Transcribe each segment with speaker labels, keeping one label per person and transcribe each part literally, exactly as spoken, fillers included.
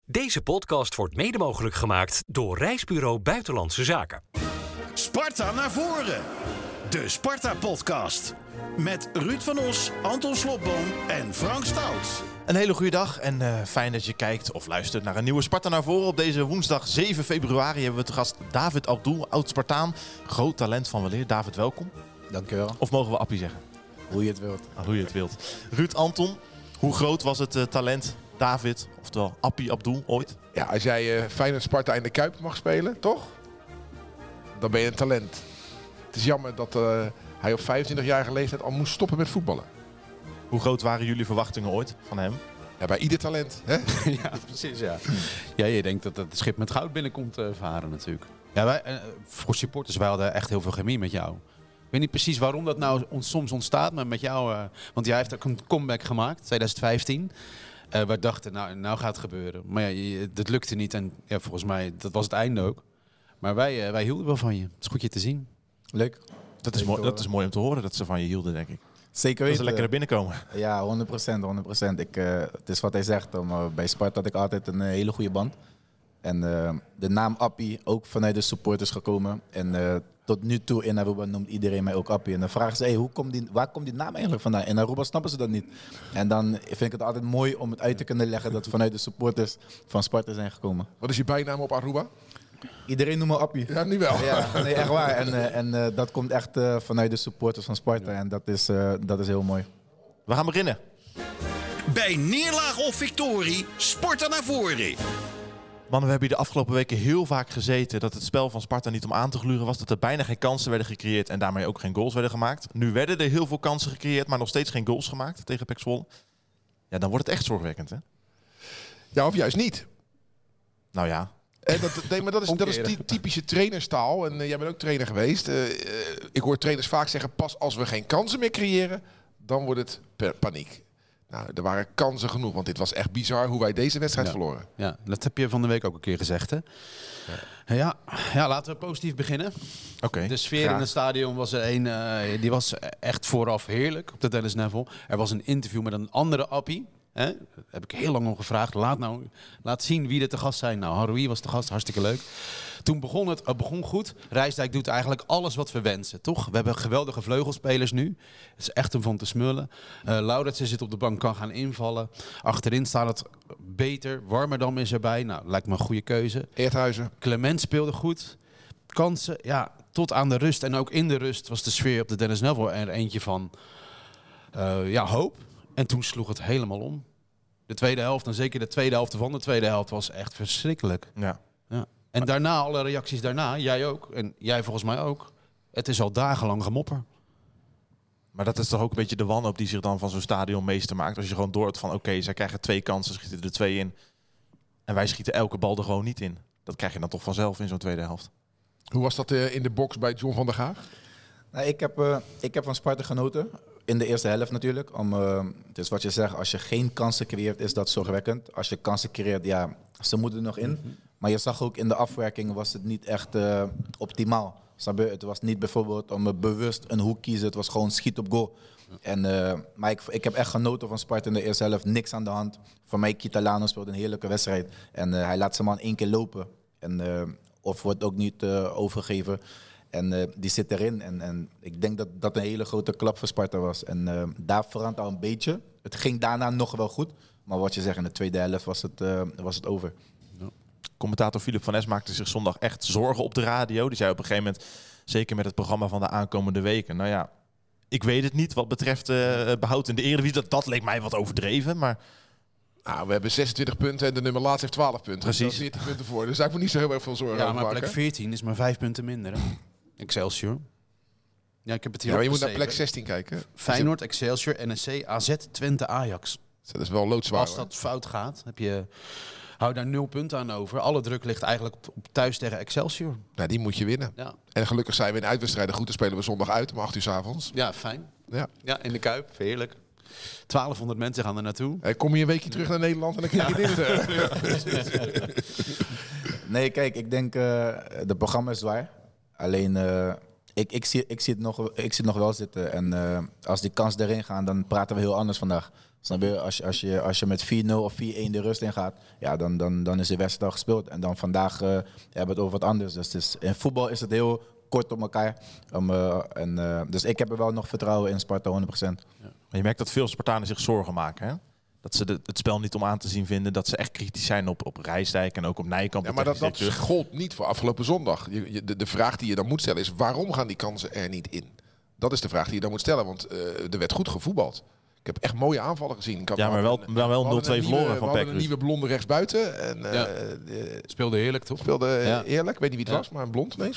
Speaker 1: Deze podcast wordt mede mogelijk gemaakt door Reisbureau Buitenlandse Zaken.
Speaker 2: Sparta naar voren. De Sparta-podcast. Met Ruud van Os, Anton Slobboom en Frank Stout.
Speaker 3: Een hele goede dag en uh, fijn dat je kijkt of luistert naar een nieuwe Sparta naar voren. Op deze woensdag zeven februari hebben we te gast David Abdoel, oud-Spartaan. Groot talent van weleer. David, welkom.
Speaker 4: Dankjewel.
Speaker 3: Of mogen we Appie zeggen?
Speaker 4: Hoe je het wilt.
Speaker 3: Ah, hoe je het wilt. Ruud, Anton, hoe groot was het uh, talent David, oftewel Appie Abdoel, ooit?
Speaker 5: Ja, als jij uh, Feyenoord Sparta in de Kuip mag spelen, toch? Dan ben je een talent. Het is jammer dat uh, hij op vijfentwintigjarige leeftijd al moest stoppen met voetballen.
Speaker 3: Hoe groot waren jullie verwachtingen ooit van hem?
Speaker 5: Ja, bij ieder talent, hè?
Speaker 6: Ja, precies, ja. Ja, je denkt dat het schip met goud binnenkomt uh, varen natuurlijk. Ja, wij, uh, voor supporters, wij hadden echt heel veel chemie met jou. Ik weet niet precies waarom dat nou ons soms ontstaat, maar met jou... Uh, want jij heeft ook een comeback gemaakt, twintig vijftien. Uh, wij dachten, nou, nou gaat het gebeuren. Maar ja, je, dat lukte niet en ja, volgens mij, dat was het einde ook. Maar wij, uh, wij hielden wel van je. Het is goed je te zien.
Speaker 4: Leuk.
Speaker 3: Dat is, mooi, dat is mooi om te horen dat ze van je hielden, denk ik.
Speaker 4: Zeker weten.
Speaker 3: Dat ze lekker naar binnen komen.
Speaker 4: Ja, honderd procent. honderd procent. Ik, uh, het is wat hij zegt. Om, uh, bij Sparta had ik altijd een uh, hele goede band. En uh, de naam Appie ook vanuit de supporters gekomen. En uh, tot nu toe in Aruba noemt iedereen mij ook Appie. En dan vragen ze, hey, hoe komt die, waar komt die naam eigenlijk vandaan? In Aruba snappen ze dat niet. En dan vind ik het altijd mooi om het uit te kunnen leggen dat vanuit de supporters van Sparta zijn gekomen.
Speaker 5: Wat is je bijnaam op Aruba?
Speaker 4: Iedereen noemt me Appie.
Speaker 5: Ja, nu wel.
Speaker 4: Ja, nee, echt waar. En, uh, en uh, dat komt echt uh, vanuit de supporters van Sparta. En dat is, uh, dat is heel mooi.
Speaker 3: We gaan beginnen.
Speaker 2: Bij neerlaag of victorie, Sparta naar voren.
Speaker 3: Mannen, we hebben hier de afgelopen weken heel vaak gezeten dat het spel van Sparta niet om aan te gluren was. Dat er bijna geen kansen werden gecreëerd en daarmee ook geen goals werden gemaakt. Nu werden er heel veel kansen gecreëerd, maar nog steeds geen goals gemaakt tegen P E C Zwolle. Ja, dan wordt het echt zorgwekkend, hè?
Speaker 5: Ja, of juist niet.
Speaker 3: Nou ja.
Speaker 5: En dat, nee, maar dat is, dat is die typische trainerstaal. En uh, jij bent ook trainer geweest. Uh, uh, ik hoor trainers vaak zeggen, pas als we geen kansen meer creëren, dan wordt het per paniek. Nou, er waren kansen genoeg, want dit was echt bizar hoe wij deze wedstrijd
Speaker 6: ja.
Speaker 5: verloren.
Speaker 6: Ja, dat heb je van de week ook een keer gezegd, hè? Ja, ja, ja laten we positief beginnen.
Speaker 3: Oké. Okay,
Speaker 6: de sfeer
Speaker 3: graag.
Speaker 6: in het stadion was er een, uh, die was echt vooraf heerlijk op de Dennis Neville. Er was een interview met een andere Appie. Hè? Daar heb ik heel lang om gevraagd. Laat, nou, laat zien wie er te gast zijn. Nou, Haroui was te gast, hartstikke leuk. Toen begon het, het begon goed. Rijsdijk doet eigenlijk alles wat we wensen, toch? We hebben geweldige vleugelspelers nu. Het is echt om van te smullen. Uh, Lauritsen zit op de bank, kan gaan invallen. Achterin staat het beter. Warmerdam is erbij. Nou, lijkt me een goede keuze.
Speaker 5: Eerthuizen.
Speaker 6: Clement speelde goed. Kansen, ja, tot aan de rust. En ook in de rust was de sfeer op de Dennis Neville er eentje van uh, ja, hoop. En toen sloeg het helemaal om. De tweede helft, en zeker de tweede helft van de tweede helft, was echt verschrikkelijk.
Speaker 3: Ja.
Speaker 6: Ja. En daarna, alle reacties daarna, jij ook, en jij volgens mij ook. Het is al dagenlang gemopper.
Speaker 3: Maar dat is toch ook een beetje de wanhoop die zich dan van zo'n stadion meester maakt. Als je gewoon door het van, oké, okay, zij krijgen twee kansen, schieten er twee in. En wij schieten elke bal er gewoon niet in. Dat krijg je dan toch vanzelf in zo'n tweede helft.
Speaker 5: Hoe was dat uh, in de box bij John van der Gaag?
Speaker 4: Nou, ik, heb, uh, ik heb van Sparta genoten. In de eerste helft natuurlijk. Om, uh, dus wat je zegt, als je geen kansen creëert, is dat zorgwekkend. Als je kansen creëert, ja, ze moeten er nog in. Mm-hmm. Maar je zag ook in de afwerking was het niet echt uh, optimaal. Het was niet bijvoorbeeld om uh, bewust een hoek kiezen. Het was gewoon schiet op goal. Ja. En, uh, maar ik, ik heb echt genoten van Sparta in de eerste helft. Niks aan de hand. Voor mij, Kitalano speelt een heerlijke wedstrijd. En uh, hij laat zijn man één keer lopen. En, uh, of wordt ook niet uh, overgegeven. En uh, die zit erin. En, en ik denk dat dat een hele grote klap voor Sparta was. En uh, daar veranderde al een beetje. Het ging daarna nog wel goed. Maar wat je zegt, in de tweede helft was het, uh, was het over.
Speaker 3: Ja. Commentator Philip van Es maakte zich zondag echt zorgen op de radio. Die zei op een gegeven moment, zeker met het programma van de aankomende weken. Nou ja, ik weet het niet wat betreft uh, behoud in de Eredivisie. Dat, dat leek mij wat overdreven, maar...
Speaker 5: Nou, we hebben zesentwintig punten en de nummer laatst heeft twaalf punten.
Speaker 3: Precies.
Speaker 5: Dus veertien punten voor. Dus daar heb ik niet zo heel erg veel zorgen
Speaker 6: ja,
Speaker 5: over
Speaker 6: maar
Speaker 5: maken.
Speaker 6: plek veertien is maar vijf punten minder. Hè? Excelsior. Ja, ik heb het hier
Speaker 5: ja, maar je moet naar
Speaker 6: opgeschreven.
Speaker 5: plek zestien kijken.
Speaker 6: Feyenoord, Excelsior, N S C, A Z, Twente, Ajax.
Speaker 5: Dat is wel loodzwaar.
Speaker 6: Als dat fout gaat, heb je, hou daar nul punten aan over. Alle druk ligt eigenlijk op, op thuis tegen Excelsior.
Speaker 5: Nou, die moet je winnen.
Speaker 6: Ja.
Speaker 5: En gelukkig zijn we in uitwedstrijden goed. Dan spelen we zondag uit om acht uur 's avonds.
Speaker 6: Ja, fijn.
Speaker 5: Ja.
Speaker 6: Ja, in de Kuip. Heerlijk. twaalfhonderd mensen gaan er naartoe.
Speaker 5: Hey, kom je een weekje terug naar Nederland en dan krijg je dit.
Speaker 4: Nee, kijk, ik denk uh, de programma is zwaar. Alleen, uh, ik, ik, zie, ik, zie het nog, ik zie het nog wel zitten. En uh, als die kans erin gaan, dan praten we heel anders vandaag. Snap je? Als je, als je, als je met vier nul of vier een de rust in gaat, ja, dan, dan, dan is de wedstrijd al gespeeld. En dan vandaag uh, hebben we het over wat anders. Dus het is, in voetbal is het heel kort op elkaar. Um, uh, en, uh, dus ik heb er wel nog vertrouwen in Sparta, honderd procent.
Speaker 3: Ja. Maar je merkt dat veel Spartanen zich zorgen maken, hè? Dat ze de, het spel niet om aan te zien vinden. Dat ze echt kritisch zijn op, op Rijsdijk en ook op Nijkamp.
Speaker 5: Ja, maar dat, dat gold niet voor afgelopen zondag. Je, je, de, de vraag die je dan moet stellen is, waarom gaan die kansen er niet in? Dat is de vraag die je dan moet stellen, want uh, er werd goed gevoetbald. Ik heb echt mooie aanvallen gezien. Ik had
Speaker 3: ja, maar wel, een, wel nul twee verloren van P E C.
Speaker 5: We hadden een nieuwe blonde rechtsbuiten. En, uh,
Speaker 6: ja. Speelde heerlijk, toch?
Speaker 5: Speelde
Speaker 6: ja.
Speaker 5: eerlijk. Ik weet niet wie het ja. was, maar een blond. Nee.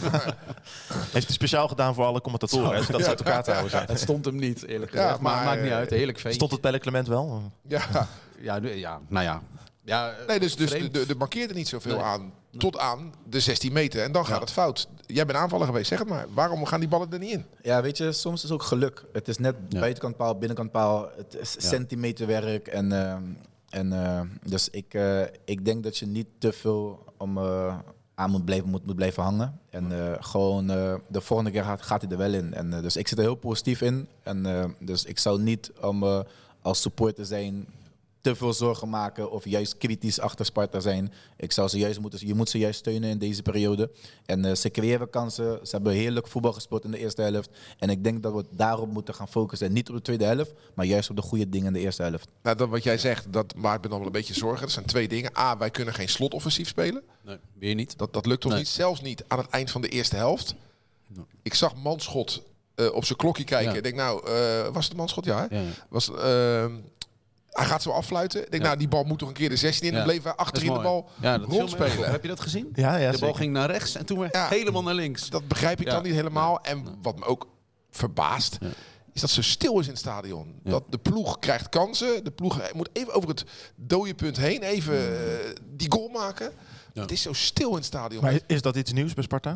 Speaker 3: Heeft hij speciaal gedaan voor alle commentatoren. Hè, zodat ze uit elkaar te houden zijn.
Speaker 6: Het stond hem niet, eerlijk gezegd. Ja, maar, maar maakt niet uit. Heerlijk feest.
Speaker 3: Stond het Pelle Clement wel?
Speaker 5: Ja.
Speaker 6: Ja, ja, nou ja. ja
Speaker 5: nee, dus, dus de, de, de markeerde niet zoveel nee. aan. Tot aan de zestien meter. En dan gaat ja. het fout. Jij bent aanvaller geweest, zeg het maar. Waarom gaan die ballen er niet in?
Speaker 4: Ja, weet je, soms is het ook geluk. Het is net ja. buitenkant paal, binnenkant paal. Het is ja. centimeterwerk. En, uh, en, uh, dus ik, uh, ik denk dat je niet te veel om, uh, aan moet blijven, moet, moet blijven hangen. En uh, gewoon uh, de volgende keer gaat, gaat hij er wel in. En, uh, dus ik zit er heel positief in. En, uh, dus ik zou niet om, uh, als supporter zijn... te veel zorgen maken of juist kritisch achter Sparta zijn. Ik zou ze juist moeten, je moet ze juist steunen in deze periode. En uh, ze creëren kansen. Ze hebben heerlijk voetbal gespeeld in de eerste helft. En ik denk dat we daarop moeten gaan focussen. En niet op de tweede helft, maar juist op de goede dingen in de eerste helft.
Speaker 5: Nou, dat wat jij zegt, dat maakt me dan wel een beetje zorgen. Er zijn twee dingen. A, wij kunnen geen slotoffensief spelen.
Speaker 6: Nee, weer niet.
Speaker 5: Dat, dat lukt ons nee. niet. Zelfs niet aan het eind van de eerste helft. Nee. Ik zag Manschot uh, op zijn klokje kijken. Ja. Ik denk, nou, uh, was het Manschot? Ja, hè? Ja, ja. Was... Uh, Hij gaat zo affluiten. Ik denk, ja. nou, die bal moet toch een keer de zestien in. Ja. Dan bleef hij achterin de bal
Speaker 6: ja,
Speaker 5: rondspelen.
Speaker 6: Heb je dat gezien?
Speaker 3: Ja, ja,
Speaker 6: de bal
Speaker 3: zeker.
Speaker 6: ging naar rechts en toen weer ja. helemaal naar links.
Speaker 5: Dat begrijp ik ja. dan niet helemaal.
Speaker 6: Ja.
Speaker 5: En wat me ook verbaast, ja. is dat zo stil is in het stadion.
Speaker 6: Ja.
Speaker 5: Dat de ploeg krijgt kansen. De ploeg moet even over het dode punt heen even uh, die goal maken. Ja. Het is zo stil in het stadion.
Speaker 3: Maar is dat iets nieuws bij Sparta?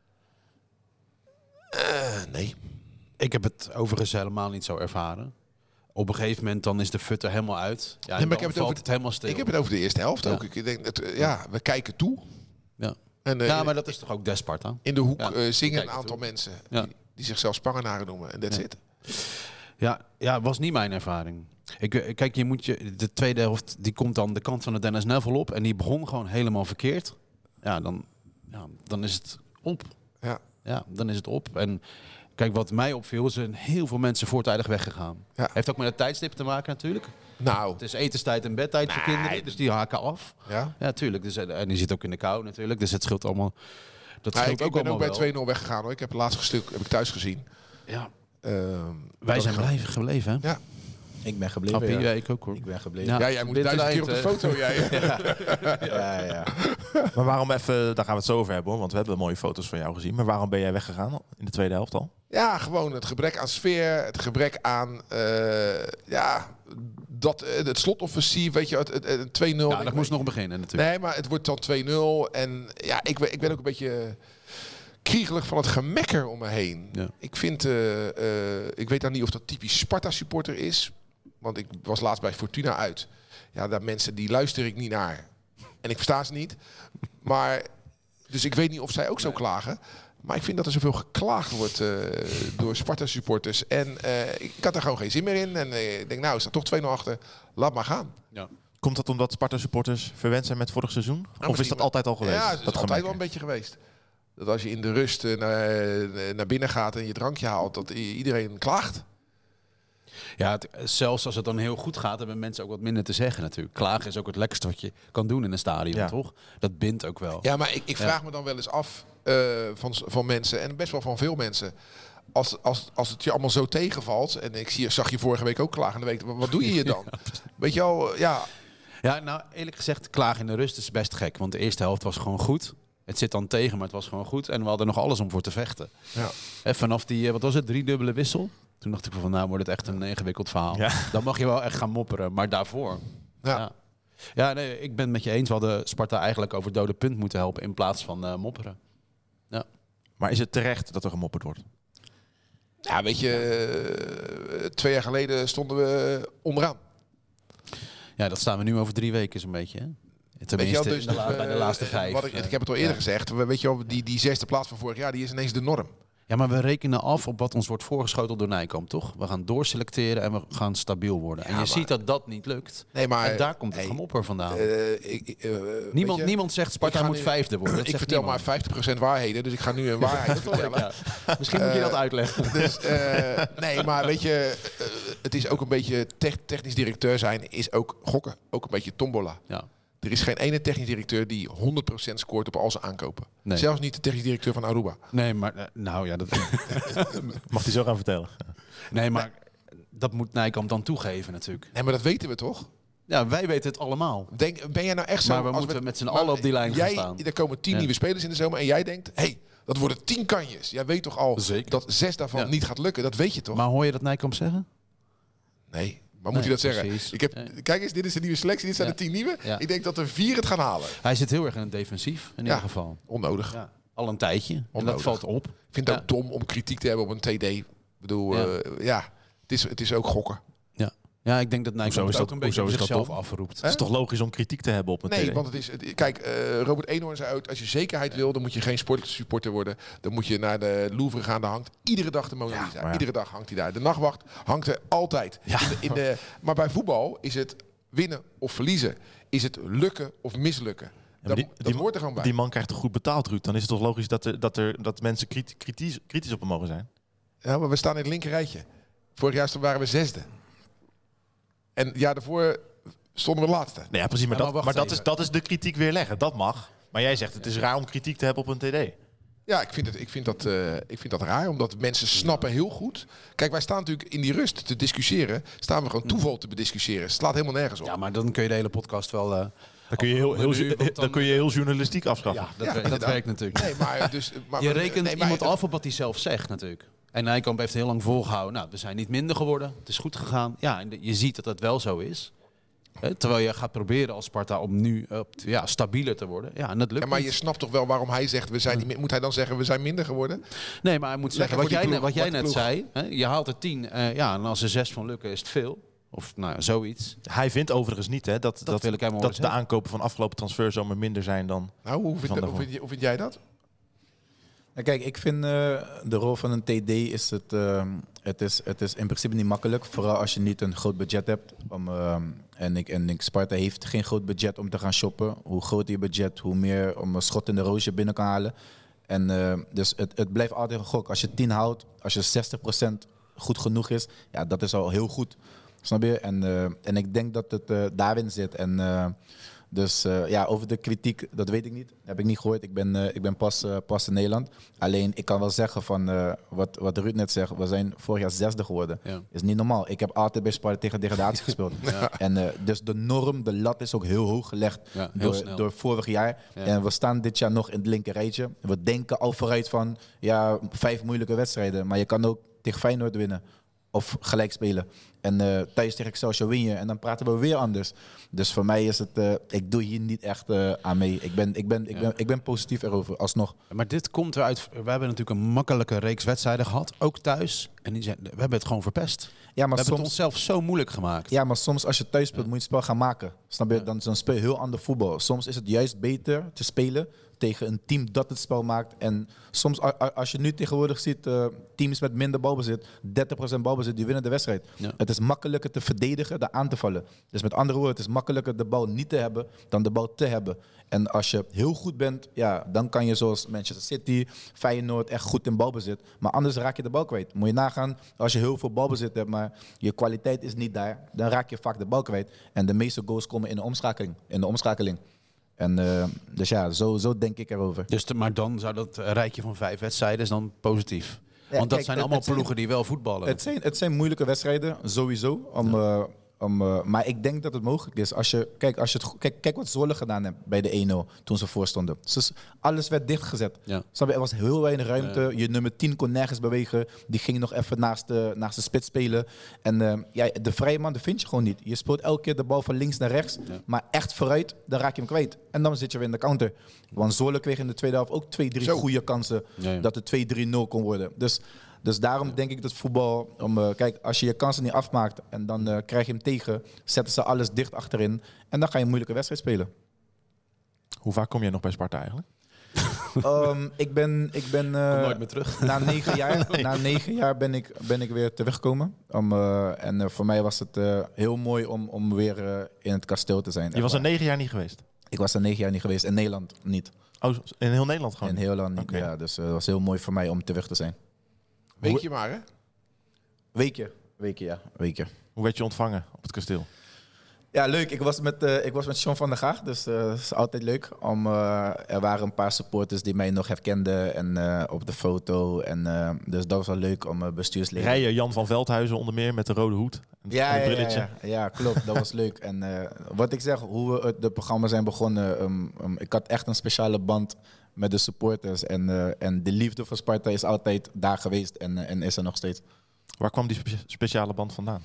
Speaker 5: Uh, nee.
Speaker 6: Ik heb het overigens helemaal niet zo ervaren. Op een gegeven moment dan is de fut er helemaal uit. Ja,
Speaker 5: nee, maar ik heb het over
Speaker 6: het helemaal stil.
Speaker 5: Ik heb het over de eerste helft ja. ook. Ik denk dat, uh, ja, we kijken toe.
Speaker 6: Ja.
Speaker 5: En, uh,
Speaker 6: ja, maar dat is toch ook des Sparta?
Speaker 5: In de hoek
Speaker 6: ja,
Speaker 5: uh, zingen een aantal toe. mensen
Speaker 6: ja.
Speaker 5: die, die zichzelf Spangenaren noemen. En that's
Speaker 6: ja.
Speaker 5: it.
Speaker 6: Ja, ja, was niet mijn ervaring. Ik, kijk, je moet je, de tweede helft die komt dan de kant van de Dennis Neville op. En die begon gewoon helemaal verkeerd. Ja, dan, ja, dan is het op.
Speaker 5: Ja.
Speaker 6: Ja, dan is het op. En kijk, wat mij opviel, zijn heel veel mensen voortijdig weggegaan.
Speaker 5: Ja.
Speaker 6: Heeft ook met het tijdstip te maken natuurlijk.
Speaker 5: Nou.
Speaker 6: Het is etenstijd en bedtijd nee. voor kinderen, dus die haken af.
Speaker 5: Ja,
Speaker 6: ja tuurlijk. Dus, en die zit ook in de kou natuurlijk, dus het scheelt allemaal. Dat
Speaker 5: nou,
Speaker 6: scheelt
Speaker 5: ik,
Speaker 6: ook
Speaker 5: ik ben ook bij
Speaker 6: wel.
Speaker 5: twee nul weggegaan hoor. Ik heb het laatste stuk heb ik thuis gezien.
Speaker 6: Ja.
Speaker 5: Uh,
Speaker 6: Wij zijn blijven gebleven, hè?
Speaker 5: Ja.
Speaker 4: Ik ben gebleven.
Speaker 6: Appie,
Speaker 4: ja.
Speaker 6: ja, ik ook hoor.
Speaker 4: Ik ben gebleven.
Speaker 5: Ja, ja jij moet duizend keer op de foto. Jij.
Speaker 4: ja. ja, ja.
Speaker 3: Maar waarom even, daar gaan we het zo over hebben hoor, want we hebben mooie foto's van jou gezien. Maar waarom ben jij weggegaan in de tweede helft al?
Speaker 5: Ja, gewoon het gebrek aan sfeer, het gebrek aan, uh, ja, dat, het slotoffensief, weet je, het, het, het twee nul.
Speaker 6: Ja, dat moest nog beginnen natuurlijk.
Speaker 5: Nee, maar het wordt dan twee nul en ja, ik, ik ben ook een beetje kriegelig van het gemekker om me heen. Ja. Ik vind, uh, uh, ik weet dan niet of dat typisch Sparta-supporter is, want ik was laatst bij Fortuna uit. Ja, daar mensen, die luister ik niet naar. En ik versta ze niet. Maar, dus ik weet niet of zij ook zo klagen. Maar ik vind dat er zoveel geklaagd wordt uh, door Sparta-supporters. En uh, ik had er gewoon geen zin meer in. En uh, ik denk, nou, er staat toch twee nul achter. Laat maar gaan. Ja.
Speaker 3: Komt dat omdat Sparta-supporters verwend zijn met vorig seizoen? Nou, of is dat altijd al geweest?
Speaker 5: Ja, het is
Speaker 3: dat
Speaker 5: altijd
Speaker 3: gemerke?
Speaker 5: wel een beetje geweest. Dat als je in de rust uh, naar, naar binnen gaat en je drankje haalt, dat iedereen klaagt.
Speaker 6: Ja, het, zelfs als het dan heel goed gaat, hebben mensen ook wat minder te zeggen natuurlijk. Klagen is ook het lekkerste wat je kan doen in een stadion, ja. toch? Dat bindt ook wel.
Speaker 5: Ja, maar ik, ik vraag ja. me dan wel eens af uh, van, van mensen, en best wel van veel mensen, als, als, als het je allemaal zo tegenvalt, en ik zie, zag je vorige week ook klagen, week, wat doe je hier dan? Ja, weet je wel, ja.
Speaker 6: Ja, nou eerlijk gezegd, klagen in de rust is best gek, want de eerste helft was gewoon goed. Het zit dan tegen, maar het was gewoon goed. En we hadden nog alles om voor te vechten. Ja. En vanaf die, wat was het, driedubbele wissel? Toen dacht ik van, nou wordt het echt een ingewikkeld verhaal. Ja. Dan mag je wel echt gaan mopperen, maar daarvoor. Ja, ja. ja nee, ik ben het met je eens. We hadden Sparta eigenlijk over het dode punt moeten helpen in plaats van uh, mopperen. Ja.
Speaker 3: Maar is het terecht dat er gemopperd wordt?
Speaker 5: Ja, weet je, uh, twee jaar geleden stonden we onderaan.
Speaker 6: Ja, dat staan we nu over drie weken zo'n beetje, hè? Tenminste,
Speaker 5: weet je wel, dus
Speaker 6: de la, bij de laatste vijf.
Speaker 5: Wat ik, ik heb het al eerder ja. gezegd. Weet je wel, die, die zesde plaats van vorig jaar, die is ineens de norm.
Speaker 6: Ja, maar we rekenen af op wat ons wordt voorgeschoteld door Nijkamp, toch? We gaan doorselecteren en we gaan stabiel worden.
Speaker 5: Ja,
Speaker 6: en je
Speaker 5: maar-
Speaker 6: ziet dat dat niet lukt.
Speaker 5: Nee, maar...
Speaker 6: En daar komt het
Speaker 5: hey,
Speaker 6: gemopper vandaan.
Speaker 5: uh, ik, uh,
Speaker 6: niemand,
Speaker 5: weet je,
Speaker 6: niemand zegt Sparta
Speaker 5: ik ga
Speaker 6: moet
Speaker 5: nu-
Speaker 6: vijfde worden. Dat
Speaker 5: ik
Speaker 6: zegt
Speaker 5: vertel
Speaker 6: niemand.
Speaker 5: maar vijftig procent waarheden, dus ik ga nu een waarheid vertellen.
Speaker 6: Ja. Misschien moet je dat
Speaker 5: Uh,
Speaker 6: uitleggen.
Speaker 5: Dus, uh, nee, maar weet je, uh, het is ook een beetje tech- technisch directeur zijn, is ook gokken. Ook een beetje tombola.
Speaker 6: Ja.
Speaker 5: Er is geen ene technisch directeur die honderd procent scoort op al zijn aankopen.
Speaker 6: Nee.
Speaker 5: Zelfs niet de technisch directeur van Aruba.
Speaker 6: Nee, maar uh, nou ja, dat,
Speaker 3: Mag hij zo gaan vertellen?
Speaker 6: nee, maar dat moet Nijkamp dan toegeven natuurlijk.
Speaker 5: Nee, maar dat weten we toch?
Speaker 6: Ja, wij weten het allemaal.
Speaker 5: Denk, ben jij nou echt zo...
Speaker 6: Maar we
Speaker 5: als
Speaker 6: moeten met z'n
Speaker 5: maar
Speaker 6: allen op die lijn gaan
Speaker 5: jij,
Speaker 6: staan.
Speaker 5: Er komen tien
Speaker 6: Ja.
Speaker 5: nieuwe spelers in de zomer en jij denkt... hé, hey, dat worden tien kanjes. Jij weet toch al
Speaker 6: Zeker.
Speaker 5: dat zes daarvan
Speaker 6: Ja.
Speaker 5: niet gaat lukken? Dat weet je toch?
Speaker 6: Maar hoor je dat Nijkamp zeggen?
Speaker 5: Nee, maar moet
Speaker 6: Nee,
Speaker 5: je dat zeggen?
Speaker 6: precies.
Speaker 5: Ik heb,
Speaker 6: Nee.
Speaker 5: Kijk eens, dit is de nieuwe selectie. Dit zijn
Speaker 6: Ja.
Speaker 5: de tien nieuwe.
Speaker 6: Ja.
Speaker 5: Ik denk dat er vier het gaan halen.
Speaker 6: Hij zit heel erg in het defensief, in
Speaker 5: Ja.
Speaker 6: ieder geval.
Speaker 5: Onnodig.
Speaker 6: Ja. Al een tijdje. En dat
Speaker 5: Onnodig.
Speaker 6: valt op.
Speaker 5: Ik vind het
Speaker 6: Ja.
Speaker 5: ook dom om kritiek te hebben op een T D. Ik bedoel,
Speaker 6: Ja.
Speaker 5: ja, ja het, is, het is ook gokken.
Speaker 6: Ja. Ja, ik denk dat Nijkamp
Speaker 3: Hoezo is
Speaker 6: het ook
Speaker 3: dat-
Speaker 6: een beetje
Speaker 3: hoezo
Speaker 6: op
Speaker 3: is dat
Speaker 6: zichzelf
Speaker 3: dom?
Speaker 6: afroept.
Speaker 3: Het is toch logisch om kritiek te hebben op een
Speaker 5: Nee,
Speaker 3: T D?
Speaker 5: want het is... het- Kijk, eh, Robert Eenhoorn zei uit... als je zekerheid wil, dan moet je geen sportsupporter worden. Dan moet je naar de Louvre gaan. Daar hangt iedere dag de Mona Lisa.
Speaker 3: maar ja.
Speaker 5: Iedere dag hangt hij daar. De nachtwacht hangt er altijd. In de, in de, maar bij voetbal is het winnen of verliezen. Is het lukken of mislukken.
Speaker 3: maar
Speaker 5: dat
Speaker 3: die-
Speaker 5: dat
Speaker 3: die-
Speaker 5: hoort er gewoon bij.
Speaker 3: Die man krijgt toch goed betaald, Ruud? Dan is het toch logisch dat, er, dat, er, dat mensen kriti- kritisch, kritisch op hem mogen zijn?
Speaker 5: Ja, maar we staan in het linker rijtje. Vorig jaar waren we zesde. En het jaar daarvoor stonden we laatste.
Speaker 3: Nee, ja, precies. Maar,
Speaker 6: Ja,
Speaker 3: dat,
Speaker 6: maar
Speaker 3: maar,
Speaker 6: wacht
Speaker 3: dat, is,
Speaker 6: even.
Speaker 3: dat is de kritiek weerleggen. Dat mag. Maar jij zegt het is raar om kritiek te hebben op een T D.
Speaker 5: Ja, ik vind, het, ik, vind dat, eh, ik vind dat raar, omdat mensen snappen heel goed. Kijk, wij staan natuurlijk in die rust te discussiëren. Staan we gewoon toeval te bediscussiëren. Het slaat helemaal nergens op.
Speaker 6: Ja, maar dan kun je de hele podcast wel... uh,
Speaker 3: Dan kun je heel, heel,
Speaker 6: nu, want
Speaker 3: dan kun je heel journalistiek afschaffen.
Speaker 6: Ja, dat,
Speaker 5: Ja,
Speaker 6: wer- dat
Speaker 5: inderdaad.
Speaker 6: werkt natuurlijk.
Speaker 5: Nee, maar dus... Maar,
Speaker 6: Je rekent
Speaker 5: nee, maar-
Speaker 6: iemand af op wat hij zelf zegt natuurlijk. En Nijkamp heeft heel lang volgehouden. Nou, we zijn niet minder geworden. Het is goed gegaan. Ja, en de- je ziet dat dat wel zo is. Hè, terwijl je gaat proberen als Sparta om nu uh, ja, stabieler te worden. Ja, en dat lukt
Speaker 5: Ja, maar je
Speaker 6: niet.
Speaker 5: snapt toch wel waarom hij zegt, we zijn niet meer, moet hij dan zeggen, we zijn minder geworden?
Speaker 6: Nee, maar hij moet zeggen,
Speaker 5: Lekker
Speaker 6: wat
Speaker 5: voor
Speaker 6: jij,
Speaker 5: die
Speaker 6: net-
Speaker 5: ploeg,
Speaker 6: wat jij net
Speaker 5: wat
Speaker 6: zei. Hè, je haalt er tien. Uh, ja, en als er zes van lukken is het veel. Of nou ja, zoiets.
Speaker 3: Hij vindt overigens niet hè, dat, dat,
Speaker 6: wil ik helemaal
Speaker 3: dat
Speaker 6: horen
Speaker 3: de
Speaker 6: zeggen.
Speaker 3: aankopen van afgelopen transferzomer minder zijn dan...
Speaker 5: Nou, hoe vind,
Speaker 3: Van
Speaker 5: hoe
Speaker 3: daarvoor.
Speaker 5: vind, je- hoe vind jij dat?
Speaker 4: Nou, kijk, ik vind uh, de rol van een T D is het, uh, het, is, het is in principe niet makkelijk. Vooral als je niet een groot budget hebt. Om, uh, en, ik, en ik, Sparta heeft geen groot budget om te gaan shoppen. Hoe groter je budget, hoe meer om een schot in de roos je binnen kan halen. En, uh, dus het, het blijft altijd een gok. Als je tien houdt, als je zestig procent goed genoeg is, ja, dat is al heel goed. Snap je? En, uh, en ik denk dat het uh, daarin zit. En, uh, dus uh, ja, over de kritiek, dat weet ik niet. Heb ik niet gehoord. Ik ben, uh, ik ben pas, uh, pas in Nederland. Alleen, ik kan wel zeggen van uh, wat, wat Ruud net zegt. We zijn vorig jaar zesde geworden.
Speaker 6: Ja.
Speaker 4: Is niet normaal. Ik heb altijd bij Sparta tegen degradatie gespeeld.
Speaker 6: Ja.
Speaker 4: En uh, dus de norm, de lat is ook heel hoog gelegd
Speaker 6: Ja, heel
Speaker 4: door,
Speaker 6: snel.
Speaker 4: door vorig jaar.
Speaker 6: Ja.
Speaker 4: En we staan dit jaar nog in het linker rijtje. We denken al vooruit van ja, vijf moeilijke wedstrijden. Maar je kan ook tegen Feyenoord winnen. Of gelijk spelen. En uh, thuis tegen Excelsior win je. En dan praten we weer anders. Dus voor mij is het... Uh, ik doe hier niet echt uh, aan mee. Ik ben, ik, ben, ik,
Speaker 6: Ja.
Speaker 4: ben, ik ben positief erover, alsnog.
Speaker 6: Maar dit komt eruit. We hebben natuurlijk een makkelijke reeks wedstrijden gehad. Ook thuis. En die zijn, we hebben het gewoon verpest.
Speaker 4: Ja,
Speaker 6: We
Speaker 4: maar
Speaker 6: hebben het
Speaker 4: soms...
Speaker 6: onszelf zo moeilijk gemaakt.
Speaker 4: Ja, maar soms als je thuis speelt, moet je het spel gaan maken. Snap je?
Speaker 6: Ja.
Speaker 4: Dan, dan speel je heel ander voetbal. Soms is het juist beter te spelen tegen een team dat het spel maakt. En soms, a- a- als je nu tegenwoordig ziet, uh, teams met minder balbezit, dertig procent balbezit, die winnen de wedstrijd.
Speaker 6: Ja.
Speaker 4: Het is makkelijker te verdedigen dan aan te vallen. Dus met andere woorden, het is makkelijker de bal niet te hebben dan de bal te hebben. En als je heel goed bent, ja, dan kan je zoals Manchester City, Feyenoord echt goed in balbezit. Maar anders raak je de bal kwijt. Moet je nagaan, als je heel veel balbezit hebt, maar je kwaliteit is niet daar, dan raak je vaak de bal kwijt. En de meeste goals komen in de omschakeling. In de omschakeling. En uh, dus ja, zo, zo denk ik erover.
Speaker 6: Dus de- maar dan zou dat rijtje van vijf wedstrijden is dan positief.
Speaker 4: Ja,
Speaker 6: Want dat
Speaker 4: kijk,
Speaker 6: zijn
Speaker 4: het-
Speaker 6: allemaal
Speaker 4: het zijn-
Speaker 6: ploegen die wel voetballen.
Speaker 4: Het zijn, het zijn moeilijke wedstrijden, sowieso. Om, uh, om, uh, maar ik denk dat het mogelijk is. Als je, kijk, als je het, go- kijk, kijk wat Zwolle gedaan heeft bij de één nul toen ze voorstonden. Dus alles werd dichtgezet.
Speaker 6: Ja.
Speaker 4: Snap je? Er was heel weinig ruimte. Je nummer tien kon nergens bewegen. Die ging nog even naast de, naast de spits spelen. En uh, ja, de vrije man, dat vind je gewoon niet. Je speelt elke keer de bal van links naar rechts.
Speaker 6: Ja.
Speaker 4: Maar echt vooruit, dan raak je hem kwijt. En dan zit je weer in de counter. Want Zwolle kreeg in de tweede helft ook twee, drie
Speaker 5: Zo.
Speaker 4: goede kansen.
Speaker 6: Ja, ja.
Speaker 4: Dat het twee drie nul kon worden. Dus... Dus daarom denk ik dat voetbal, om, uh, kijk, als je je kansen niet afmaakt en dan uh, krijg je hem tegen, zetten ze alles dicht achterin en dan ga je een moeilijke wedstrijd spelen.
Speaker 3: Hoe vaak kom jij nog bij Sparta eigenlijk?
Speaker 4: Um, ik ben... Ik ben uh,
Speaker 6: Kom nooit meer terug.
Speaker 4: Na negen jaar, nee. na negen jaar ben, ik, ben ik weer teruggekomen. Um, uh, en uh, voor mij was het uh, heel mooi om, om weer uh, in het kasteel te zijn.
Speaker 3: Je was er negen jaar niet geweest?
Speaker 4: Ik was er negen jaar niet geweest. In Nederland niet.
Speaker 3: Oh, in heel Nederland gewoon?
Speaker 4: In heel Nederland niet,
Speaker 3: okay.
Speaker 4: ja. Dus uh, het was heel mooi voor mij om terug te zijn.
Speaker 5: Weekje maar, hè?
Speaker 4: Weekje. Weekje, ja. Weekje.
Speaker 3: Hoe werd je ontvangen op het kasteel?
Speaker 4: Ja, leuk. Ik was met, uh, ik was met Sean van der Gaag, dus uh, het is altijd leuk. Om, uh, er waren een paar supporters die mij nog herkenden en, uh, op de foto. En, uh, dus dat was wel leuk om uh, bestuursleden...
Speaker 3: Rijen Jan van Veldhuizen onder meer met de rode hoed en
Speaker 4: ja,
Speaker 3: het
Speaker 4: ja,
Speaker 3: brilletje.
Speaker 4: ja, ja, ja, klopt. Dat was leuk. En uh, wat ik zeg, hoe we het de programma zijn begonnen... Um, um, ik had echt een speciale band met de supporters. En, uh, en de liefde voor Sparta is altijd daar geweest en, uh, en is er nog steeds.
Speaker 3: Waar kwam die spe- speciale band vandaan?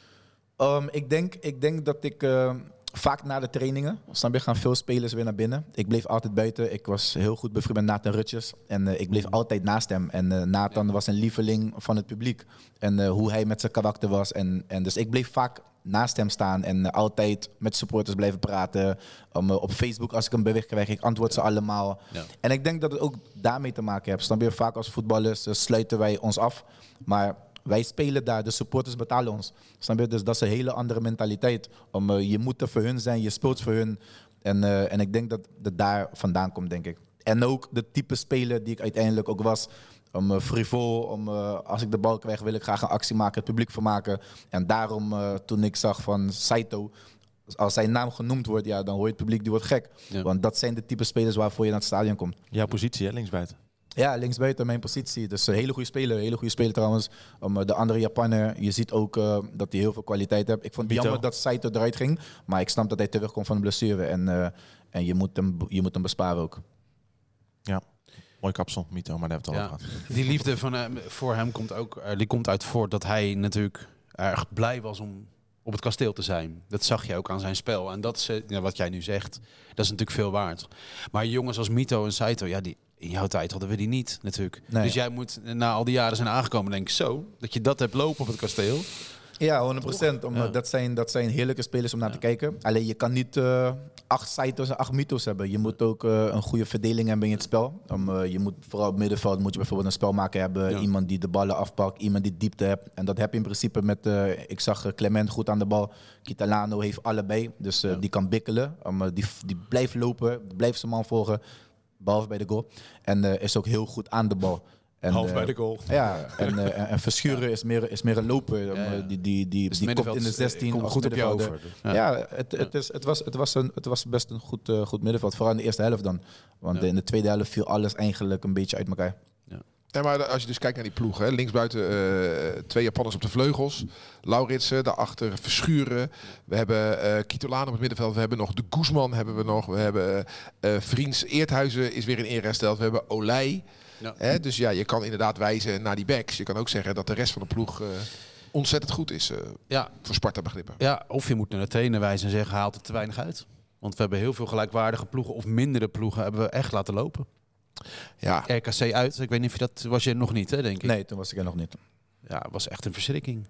Speaker 4: Um, ik, denk, ik denk dat ik uh, vaak na de trainingen, snap je, gaan veel spelers weer naar binnen. Ik bleef altijd buiten. Ik was heel goed bevriend met Nathan Rutjes. En uh, ik bleef altijd naast hem. En uh, Nathan ja. was een lieveling van het publiek. En uh, hoe hij met zijn karakter was. En, en dus ik bleef vaak naast hem staan en uh, altijd met supporters blijven praten. Um, uh, op Facebook, als ik een bericht krijg, ik antwoord ze allemaal. Ja. En ik denk dat het ook daarmee te maken heeft. Snap je, vaak als voetballers uh, sluiten wij ons af. Maar... wij spelen daar, de supporters betalen ons. Snap je? Dus dat is een hele andere mentaliteit. Om, uh, je moet er voor hun zijn, je speelt voor hun. En, uh, en ik denk dat het daar vandaan komt, denk ik. En ook de type speler die ik uiteindelijk ook was. Om uh, frivol, om, uh, als ik de bal krijg wil ik graag een actie maken, het publiek vermaken. En daarom, uh, toen ik zag van Saito, als zijn naam genoemd wordt, ja, dan hoor je het publiek, die wordt gek. Ja. Want dat zijn de type spelers waarvoor je naar het stadion komt.
Speaker 3: Jouw positie, hè, linksbuiten?
Speaker 4: Ja, linksbuiten mijn positie. Dus een hele goede speler. Hele goede speler trouwens. Um, de andere Japaner, je ziet ook uh, dat hij heel veel kwaliteit heeft. Ik vond het jammer dat Saito eruit ging. Maar ik snap dat hij terugkomt van een blessure. En, uh, en je, moet hem, je moet hem besparen ook.
Speaker 3: Ja, mooi kapsel, Mito, maar daar hebben we het al
Speaker 6: ja.
Speaker 3: over gehad.
Speaker 6: Die liefde van hem, voor hem komt ook die komt uit voort dat hij natuurlijk erg blij was om op het kasteel te zijn. Dat zag je ook aan zijn spel. En dat is, ja, wat jij nu zegt, dat is natuurlijk veel waard. Maar jongens als Mito en Saito, ja, die... in jouw tijd hadden we die niet, natuurlijk. Nee. Dus jij moet na al die jaren zijn aangekomen, denk ik zo, dat je dat hebt lopen op het kasteel.
Speaker 4: Ja, honderd procent. Om, ja. dat, zijn, dat zijn heerlijke spelers om naar ja. te kijken. Alleen je kan niet uh, acht Saito's en acht Mito's hebben. Je moet ook uh, een goede verdeling hebben in het spel. Um, uh, je moet vooral op middenveld moet je bijvoorbeeld een spelmaker hebben. Ja. Iemand die de ballen afpakt, iemand die diepte hebt. En dat heb je in principe met, uh, ik zag uh, Clement goed aan de bal. Kitalano heeft allebei. Dus uh, ja. die kan bikkelen. Um, uh, die, die blijft lopen, blijft zijn man volgen. Behalve bij de goal. En uh, is ook heel goed aan de bal. En,
Speaker 3: Half
Speaker 4: uh,
Speaker 3: bij de goal.
Speaker 4: Ja, en, uh, en, en Verschuren is meer, is meer een loper. Ja, ja. Die, die, die, dus die komt in de zestien.
Speaker 6: Komt goed op je over.
Speaker 4: Ja, ja, het, het, is, het, was, het, was een, het was best een goed, uh, goed middenveld. Vooral in de eerste helft dan. Want ja. in de tweede helft viel alles eigenlijk een beetje uit elkaar.
Speaker 5: Ja. Ja, maar als je dus kijkt naar die ploeg, hè, linksbuiten uh, twee Japanners op de vleugels. Lauritsen, daarachter Verschuren. We hebben uh, Kitolano op het middenveld. We hebben nog de Guzman, hebben we nog. We hebben uh, Vriends Eerthuizen is weer in ere hersteld. We hebben Olij. Ja. Hè, dus ja, je kan inderdaad wijzen naar die backs. Je kan ook zeggen dat de rest van de ploeg uh, ontzettend goed is. Uh, ja. Voor Sparta begrippen.
Speaker 6: Ja, of je moet naar de trainer wijzen en zeggen, haalt het te weinig uit. Want we hebben heel veel gelijkwaardige ploegen of mindere ploegen hebben we echt laten lopen. Ja. R K C uit, ik weet niet of je dat was je nog niet, hè, denk ik.
Speaker 4: Nee, toen was ik er nog niet.
Speaker 6: Ja, het was echt een verschrikking.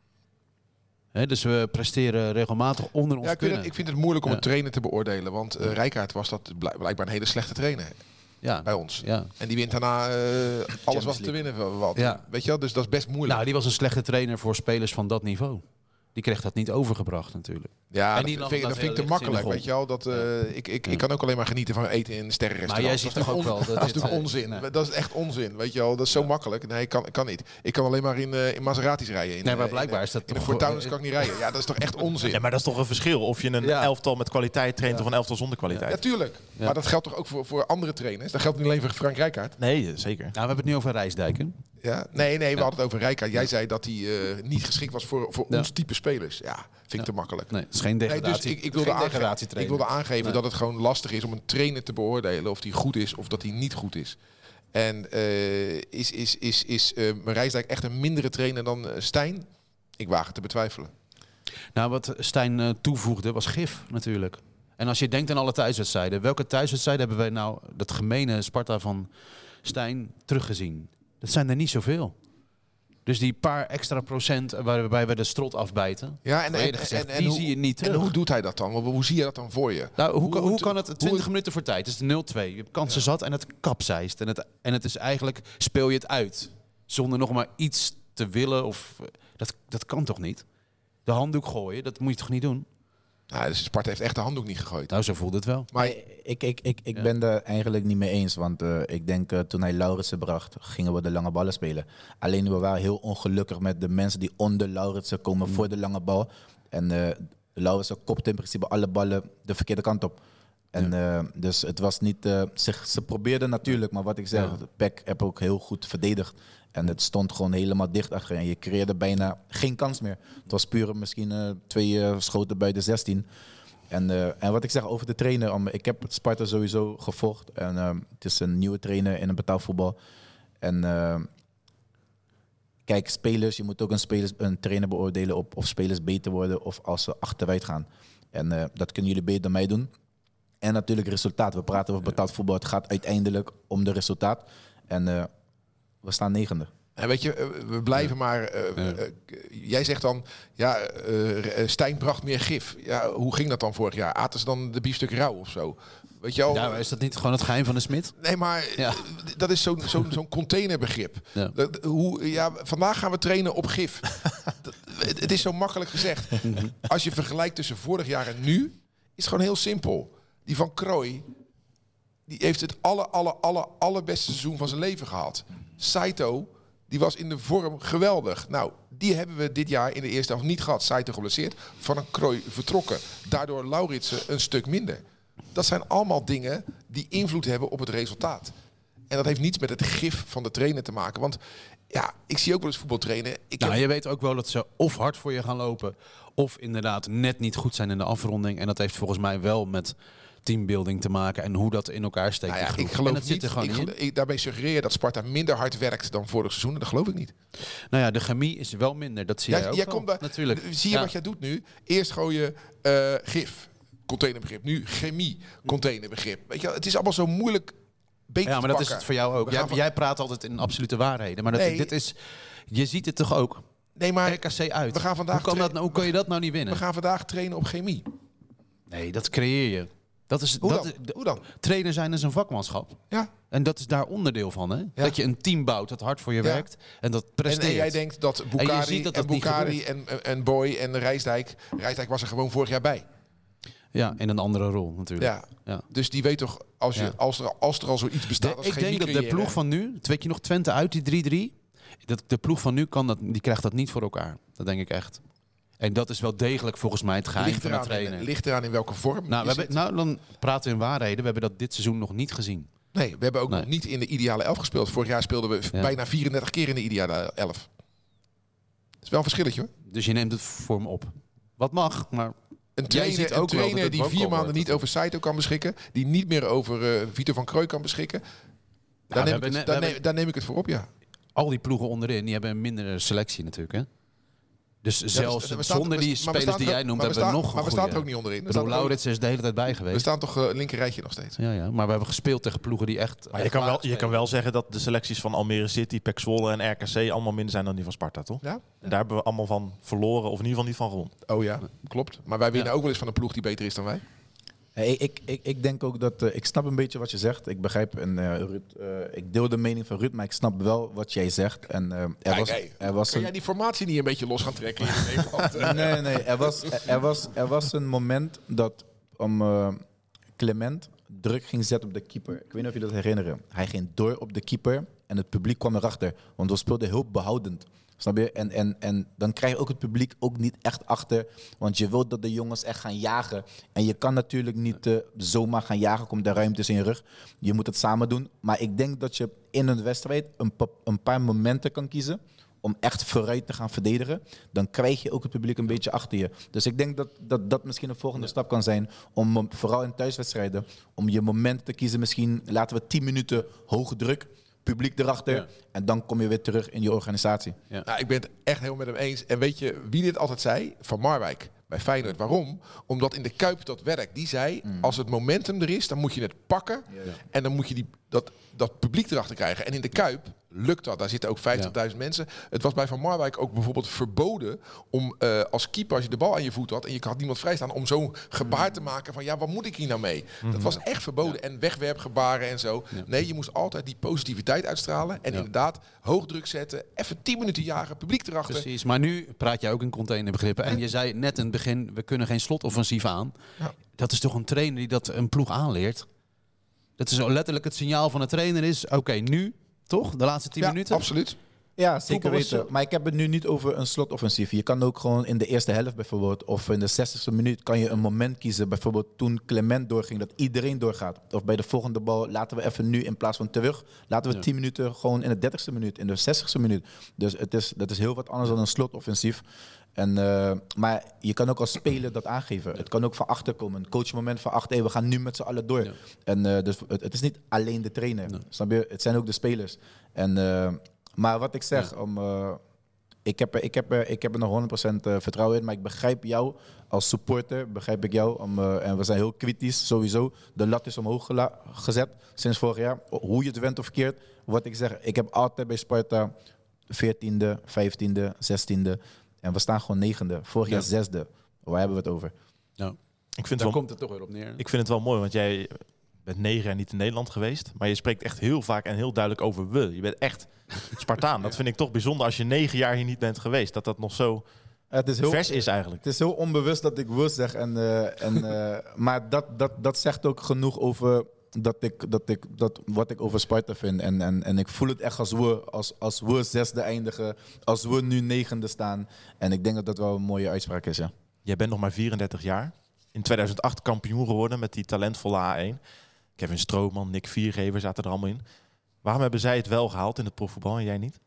Speaker 6: He, dus we presteren regelmatig onder ons
Speaker 5: ja, ik, vind het, ik vind het moeilijk om
Speaker 6: ja.
Speaker 5: een trainer te beoordelen, want uh, Rijkaard was dat blijkbaar een hele slechte trainer ja. bij ons. Ja. En die wint daarna uh, alles wat te winnen valt. Ja. Weet je wel, dus dat is best moeilijk.
Speaker 6: Nou, die was een slechte trainer voor spelers van dat niveau. Die kreeg dat niet overgebracht natuurlijk.
Speaker 5: Ja, en die dat vind, dat vind ik te makkelijk, weet je wel. Dat, uh, ja. ik, ik, ja. ik kan ook alleen maar genieten van eten in sterrenrestaurants.
Speaker 6: Maar jij ziet toch ook wel...
Speaker 5: Dat, dat is natuurlijk onzin. Nee. Dat is echt onzin, weet je wel. Dat is zo ja. makkelijk. Nee, ik kan, ik kan niet. Ik kan alleen maar in, uh, in Maseratis rijden. In,
Speaker 6: nee, maar blijkbaar
Speaker 5: in,
Speaker 6: is dat
Speaker 5: in
Speaker 6: toch...
Speaker 5: de Fortunes kan ik niet rijden. Ja, dat is toch echt onzin.
Speaker 3: Ja, maar dat is toch een verschil of je een ja. elftal met kwaliteit traint ja. of een elftal zonder kwaliteit.
Speaker 5: Ja, tuurlijk. Ja. Maar dat geldt toch ook voor, voor andere trainers? Dat geldt niet alleen voor Frank Rijkaard?
Speaker 3: Nee, zeker. Nou,
Speaker 6: we hebben het nu over Rijsdijk, hè?
Speaker 5: Ja, nee, nee, we ja. hadden het over Rijkaard. Jij zei dat hij uh, niet geschikt was voor, voor ja. ons type spelers. Ja, vind ik ja. te makkelijk.
Speaker 6: Nee, het is geen degradatie.
Speaker 5: Nee, dus ik, ik, wilde aange- ik wilde aangeven nee. dat het gewoon lastig is om een trainer te beoordelen of hij goed is of dat hij niet goed is. En uh, is, is, is, is uh, Rijsdijk echt een mindere trainer dan uh, Stijn? Ik waag het te betwijfelen.
Speaker 6: Nou, wat Stijn uh, toevoegde was gif natuurlijk. En als je denkt aan alle thuiswedstrijden, welke thuiswedstrijden hebben wij nou dat gemene Sparta van Stijn teruggezien? Dat zijn er niet zoveel. Dus die paar extra procent waarbij we de strot afbijten.
Speaker 5: Ja, en, en,
Speaker 6: gezegd,
Speaker 5: en, en,
Speaker 6: die
Speaker 5: hoe,
Speaker 6: zie je niet terug.
Speaker 5: En hoe doet hij dat dan? Hoe zie je dat dan voor je?
Speaker 6: Nou, hoe, hoe,
Speaker 5: hoe,
Speaker 6: hoe kan het twintig
Speaker 5: hoe,
Speaker 6: minuten voor tijd? Het is nul twee. Je hebt kansen ja. zat en het kapseist. En het, en het is eigenlijk, speel je het uit. Zonder nog maar iets te willen. Of, dat, dat kan toch niet? De handdoek gooien, dat moet je toch niet doen?
Speaker 5: Nou, dus Sparta heeft echt de handdoek niet gegooid.
Speaker 6: Nou, zo voelt het wel.
Speaker 4: Maar ik, ik, ik, ik ja. ben er eigenlijk niet mee eens. Want uh, ik denk uh, toen hij Lauritsen bracht, gingen we de lange ballen spelen. Alleen we waren heel ongelukkig met de mensen die onder Lauritsen komen mm. voor de lange bal. En uh, Lauritsen kopte in principe alle ballen de verkeerde kant op. En ja. uh, dus het was niet... Uh, ze, ze probeerden natuurlijk, maar wat ik zeg, ja. de P E C heb ook heel goed verdedigd. En het stond gewoon helemaal dicht achter. En je creëerde bijna geen kans meer. Het was puur misschien uh, twee uh, schoten bij de zestien. En, uh, en wat ik zeg over de trainer. Um, ik heb Sparta sowieso gevolgd. En uh, het is een nieuwe trainer in een betaalvoetbal. En uh, kijk, spelers, je moet ook een, spelers, een trainer beoordelen op of spelers beter worden of als ze achteruit gaan. En uh, dat kunnen jullie beter dan mij doen. En natuurlijk resultaat. We praten over betaald voetbal. Het gaat uiteindelijk om de resultaat. En uh, we staan negende.
Speaker 5: En weet je, we blijven ja. maar... Uh, ja. uh, jij zegt dan, ja, uh, Stijn bracht meer gif. Ja, hoe ging dat dan vorig jaar? Aten ze dan de biefstuk rauw of zo? Weet je al?
Speaker 6: Ja, maar is dat niet gewoon het geheim van de smid?
Speaker 5: Nee, maar ja. dat is zo'n zo'n zo'n containerbegrip. Ja. Dat, hoe, ja, vandaag gaan we trainen op gif. dat, het, het is zo makkelijk gezegd. Als je vergelijkt tussen vorig jaar en nu, is het gewoon heel simpel. Die Van Krooi, die heeft het alle, alle, alle, allerbeste seizoen van zijn leven gehad. Saito, die was in de vorm geweldig. Nou, die hebben we dit jaar in de eerste helft niet gehad. Saito geblesseerd, Van een Krooi vertrokken. Daardoor Lauritsen een stuk minder. Dat zijn allemaal dingen die invloed hebben op het resultaat. En dat heeft niets met het gif van de trainer te maken. Want ja, ik zie ook wel eens voetbal trainen. Ik
Speaker 6: nou,
Speaker 5: heb...
Speaker 6: je weet ook wel dat ze of hard voor je gaan lopen, of inderdaad net niet goed zijn in de afronding. En dat heeft volgens mij wel met teambuilding te maken en hoe dat in elkaar steekt.
Speaker 5: Nou ja,
Speaker 6: ik
Speaker 5: geloof
Speaker 6: niet,
Speaker 5: niet, ik geloof, ik, daarmee suggereer je dat Sparta minder hard werkt dan vorig seizoen. En dat geloof ik niet.
Speaker 6: Nou ja, de chemie is wel minder. Dat zie
Speaker 5: ja,
Speaker 6: jij ook
Speaker 5: jij
Speaker 6: wel,
Speaker 5: komt bij,
Speaker 6: natuurlijk.
Speaker 5: Zie je ja. wat jij doet nu? Eerst gooi je uh, gif, containerbegrip. Nu chemie, containerbegrip. Weet je, het is allemaal zo moeilijk beter
Speaker 6: Ja, maar
Speaker 5: te
Speaker 6: dat is het voor jou ook. Jij, van... jij praat altijd in absolute waarheden. Maar dat, nee. dit is, je ziet het toch ook?
Speaker 5: Nee, maar
Speaker 6: R K C uit.
Speaker 5: We gaan vandaag
Speaker 6: hoe, kan
Speaker 5: tra-
Speaker 6: dat, nou- hoe kan je dat nou niet winnen?
Speaker 5: We gaan vandaag trainen op chemie.
Speaker 6: Nee, dat creëer je. Dat is,
Speaker 5: Hoe,
Speaker 6: dat,
Speaker 5: dan?
Speaker 6: De,
Speaker 5: Hoe dan?
Speaker 6: Trainer zijn is een vakmanschap.
Speaker 5: Ja.
Speaker 6: En dat is daar onderdeel van. Hè? Ja. Dat je een team bouwt dat hard voor je ja. werkt. En dat presteert.
Speaker 5: En, en jij denkt dat Boukari en,
Speaker 6: dat
Speaker 5: en,
Speaker 6: dat
Speaker 5: Boukari en, en Boy en Rijsdijk... Rijsdijk was er gewoon vorig jaar bij.
Speaker 6: Ja, in een andere rol natuurlijk.
Speaker 5: Ja.
Speaker 6: Ja.
Speaker 5: Dus die weet toch, als, je, ja. als, er, als er al zoiets bestaat...
Speaker 6: De,
Speaker 5: als
Speaker 6: ik denk dat de ploeg van nu... Weet je nog Twente uit, die drie drie? Dat, de ploeg van nu kan dat, die krijgt dat niet voor elkaar. Dat denk ik echt. En dat is wel degelijk volgens mij het geheim van de trainer.
Speaker 5: In, ligt eraan in welke vorm
Speaker 6: nou, we hebben, nou, dan praten we in waarheden. We hebben dat dit seizoen nog niet gezien.
Speaker 5: Nee, we hebben ook
Speaker 6: nee.
Speaker 5: nog niet in de ideale elf gespeeld. Vorig jaar speelden we ja. bijna vierendertig keer in de ideale elf. Dat is wel een verschilletje hoor.
Speaker 6: Dus je neemt het voor me op. Wat mag, maar...
Speaker 5: Een trainer, een trainer die vier maanden niet over Saito kan beschikken. Die niet meer over uh, Vito van Krooi kan beschikken. Daar, nou, neem, het, daar, neem, daar neem ik het voor op, ja.
Speaker 6: Al die ploegen onderin, die hebben een mindere selectie natuurlijk, hè? Dus ja, zelfs dus, zonder die spelers die jij noemt, hebben we nog
Speaker 5: Maar we staan er ook niet onderin.
Speaker 6: Lauritz is de hele tijd bij geweest.
Speaker 5: We staan toch uh, linker rijtje nog steeds.
Speaker 6: Ja, ja, maar we hebben gespeeld tegen ploegen die echt...
Speaker 3: Maar je, kan wel, je kan wel zeggen dat de selecties van Almere City, P E C Zwolle en R K C allemaal minder zijn dan die van Sparta, toch?
Speaker 5: Ja.
Speaker 3: En daar hebben we allemaal van verloren, of in ieder geval niet van gewonnen.
Speaker 5: Oh ja, klopt. Maar wij winnen
Speaker 6: ja.
Speaker 5: ook wel eens van een ploeg die beter is dan wij.
Speaker 4: Ik, ik, ik, ik denk ook dat... Uh, ik snap een beetje wat je zegt. Ik begrijp... En, uh, Ruud, uh, ik deel de mening van Ruud, maar ik snap wel wat jij zegt. En, uh, er
Speaker 5: Kijk,
Speaker 4: was,
Speaker 5: hey,
Speaker 4: er was
Speaker 5: kan
Speaker 4: een...
Speaker 5: jij die formatie niet een beetje los gaan trekken in Nederland?
Speaker 4: nee, nee. Er was, er, was, er was een moment dat om uh, Clement druk ging zetten op de keeper. Ik weet niet of je dat herinneren. Hij ging door op de keeper en het publiek kwam erachter. Want we speelden heel behoudend. Snap je? En, en, en dan krijg je ook het publiek ook niet echt achter. Want je wilt dat de jongens echt gaan jagen. En je kan natuurlijk niet uh, zomaar gaan jagen. Komt de ruimte in je rug. Je moet het samen doen. Maar ik denk dat je in een wedstrijd een, pa- een paar momenten kan kiezen om echt vooruit te gaan verdedigen. Dan krijg je ook het publiek een beetje achter je. Dus ik denk dat dat, dat misschien een volgende ja. stap kan zijn. Om vooral in thuiswedstrijden. Om je momenten te kiezen. Misschien laten we tien minuten hoge druk. Publiek erachter. Ja. En dan kom je weer terug in je organisatie.
Speaker 5: Ja. Nou, ik ben het echt helemaal met hem eens. En weet je wie dit altijd zei? Van Marwijk bij Feyenoord. Waarom? Omdat in de Kuip dat werkt. Die zei, mm. als het momentum er is, dan moet je het pakken. Ja, ja. En dan moet je die, dat, dat publiek erachter krijgen. En in de Kuip lukt dat. Daar zitten ook vijftigduizend ja. mensen. Het was bij Van Marwijk ook bijvoorbeeld verboden om uh, als keeper, als je de bal aan je voet had en je had niemand vrijstaan, om zo'n gebaar te maken van ja, wat moet ik hier nou mee? Mm-hmm. Dat was echt verboden. Ja. En wegwerpgebaren en zo. Ja. Nee, je moest altijd die positiviteit uitstralen en ja. inderdaad hoog druk zetten, even tien minuten jagen, publiek erachter.
Speaker 6: Precies, maar nu praat je ook in containerbegrippen. En je zei net in het begin, we kunnen geen slotoffensief aan. Ja. Dat is toch een trainer die dat een ploeg aanleert? Dat is zo letterlijk het signaal van de trainer is, oké, okay, nu, toch? De laatste tien
Speaker 5: ja,
Speaker 6: minuten?
Speaker 5: Absoluut.
Speaker 4: Ja, zeker weten. Maar ik heb het nu niet over een slotoffensief. Je kan ook gewoon in de eerste helft bijvoorbeeld, of in de zestigste minuut, kan je een moment kiezen. Bijvoorbeeld toen Clement doorging, dat iedereen doorgaat. Of bij de volgende bal, laten we even nu in plaats van terug, laten we ja. tien minuten gewoon in de dertigste minuut, in de zestigste minuut. Dus het is, dat is heel wat anders dan een slotoffensief. En, uh, maar je kan ook als speler dat aangeven. Het kan ook van achter komen. Een coachmoment van achter, hey, we gaan nu met z'n allen door. Ja. En, uh, dus het, het is niet alleen de trainer. Nee. Snap je? Het zijn ook de spelers. En, uh, maar wat ik zeg, ja. om, uh, ik, heb, ik, heb, ik heb er nog honderd procent vertrouwen in. Maar ik begrijp jou als supporter. Begrijp ik jou. Om, uh, en we zijn heel kritisch sowieso. De lat is omhoog gela- gezet sinds vorig jaar. Hoe je het went of verkeerd. Wat ik zeg, ik heb altijd bij Sparta veertiende, vijftiende, zestiende... En we staan gewoon negende. Vorig jaar ja. zesde. Waar hebben we het over?
Speaker 6: Ja. Ik vind Daar wel, komt het toch weer op neer.
Speaker 3: Ik vind het wel mooi, want jij bent negen jaar niet in Nederland geweest. Maar je spreekt echt heel vaak en heel duidelijk over we. Je bent echt Spartaan. Dat vind ik toch bijzonder als je negen jaar hier niet bent geweest. Dat dat nog zo het is heel, vers is eigenlijk.
Speaker 4: Het is heel onbewust dat ik we zeg. En, uh, en, uh, maar dat, dat, dat zegt ook genoeg over... Dat ik, dat ik, dat wat ik over Sparta vind. En, en, en ik voel het echt als we, als, als we zesde eindigen. Als we nu negende staan. En ik denk dat dat wel een mooie uitspraak is, ja.
Speaker 3: Jij bent nog maar vierendertig jaar. In tweeduizend acht kampioen geworden met die talentvolle A één. Kevin Strootman, Nick Viergever zaten er allemaal in. Waarom hebben zij het wel gehaald in het profvoetbal en jij niet?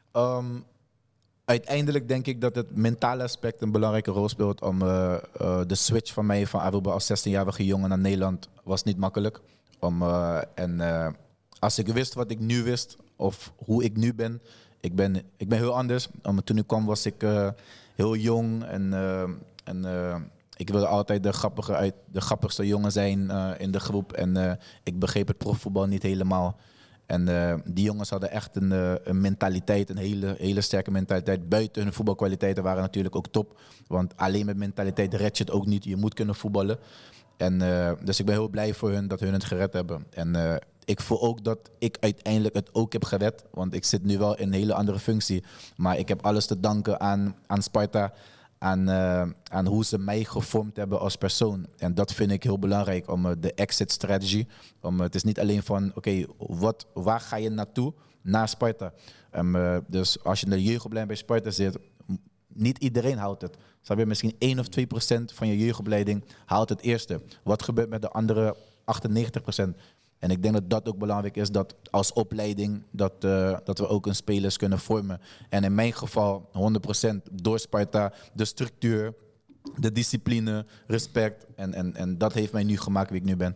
Speaker 4: Um, uiteindelijk denk ik dat het mentale aspect een belangrijke rol speelt. Om uh, uh, de switch van mij van Aruba als zestienjarige jongen naar Nederland was niet makkelijk. Om, uh, en uh, als ik wist wat ik nu wist, of hoe ik nu ben, ik ben, ik ben heel anders. Um, toen ik kwam was ik uh, heel jong en, uh, en uh, ik wilde altijd de, grappige uit, de grappigste jongen zijn uh, in de groep. En uh, ik begreep het profvoetbal niet helemaal. En uh, die jongens hadden echt een, uh, een mentaliteit, een hele, hele sterke mentaliteit. Buiten hun voetbalkwaliteiten waren natuurlijk ook top. Want alleen met mentaliteit red je het ook niet. Je moet kunnen voetballen. En, uh, dus ik ben heel blij voor hun dat hun het gered hebben. En uh, ik voel ook dat ik uiteindelijk het ook heb gered. Want ik zit nu wel in een hele andere functie. Maar ik heb alles te danken aan, aan Sparta. Aan, uh, aan hoe ze mij gevormd hebben als persoon. En dat vind ik heel belangrijk. Om uh, de exit strategy. Om, uh, het is niet alleen van, oké, okay, waar ga je naartoe? Na Sparta. Um, uh, dus als je in de jeugdopleiding bij Sparta zit... Niet iedereen haalt het. Zou je misschien één of twee procent van je jeugdopleiding haalt het eerste. Wat gebeurt met de andere achtennegentig procent? En ik denk dat dat ook belangrijk is, dat als opleiding dat, uh, dat we ook een spelers kunnen vormen. En in mijn geval honderd procent door Sparta, de structuur, de discipline, respect. En, en, en dat heeft mij nu gemaakt wie ik nu ben.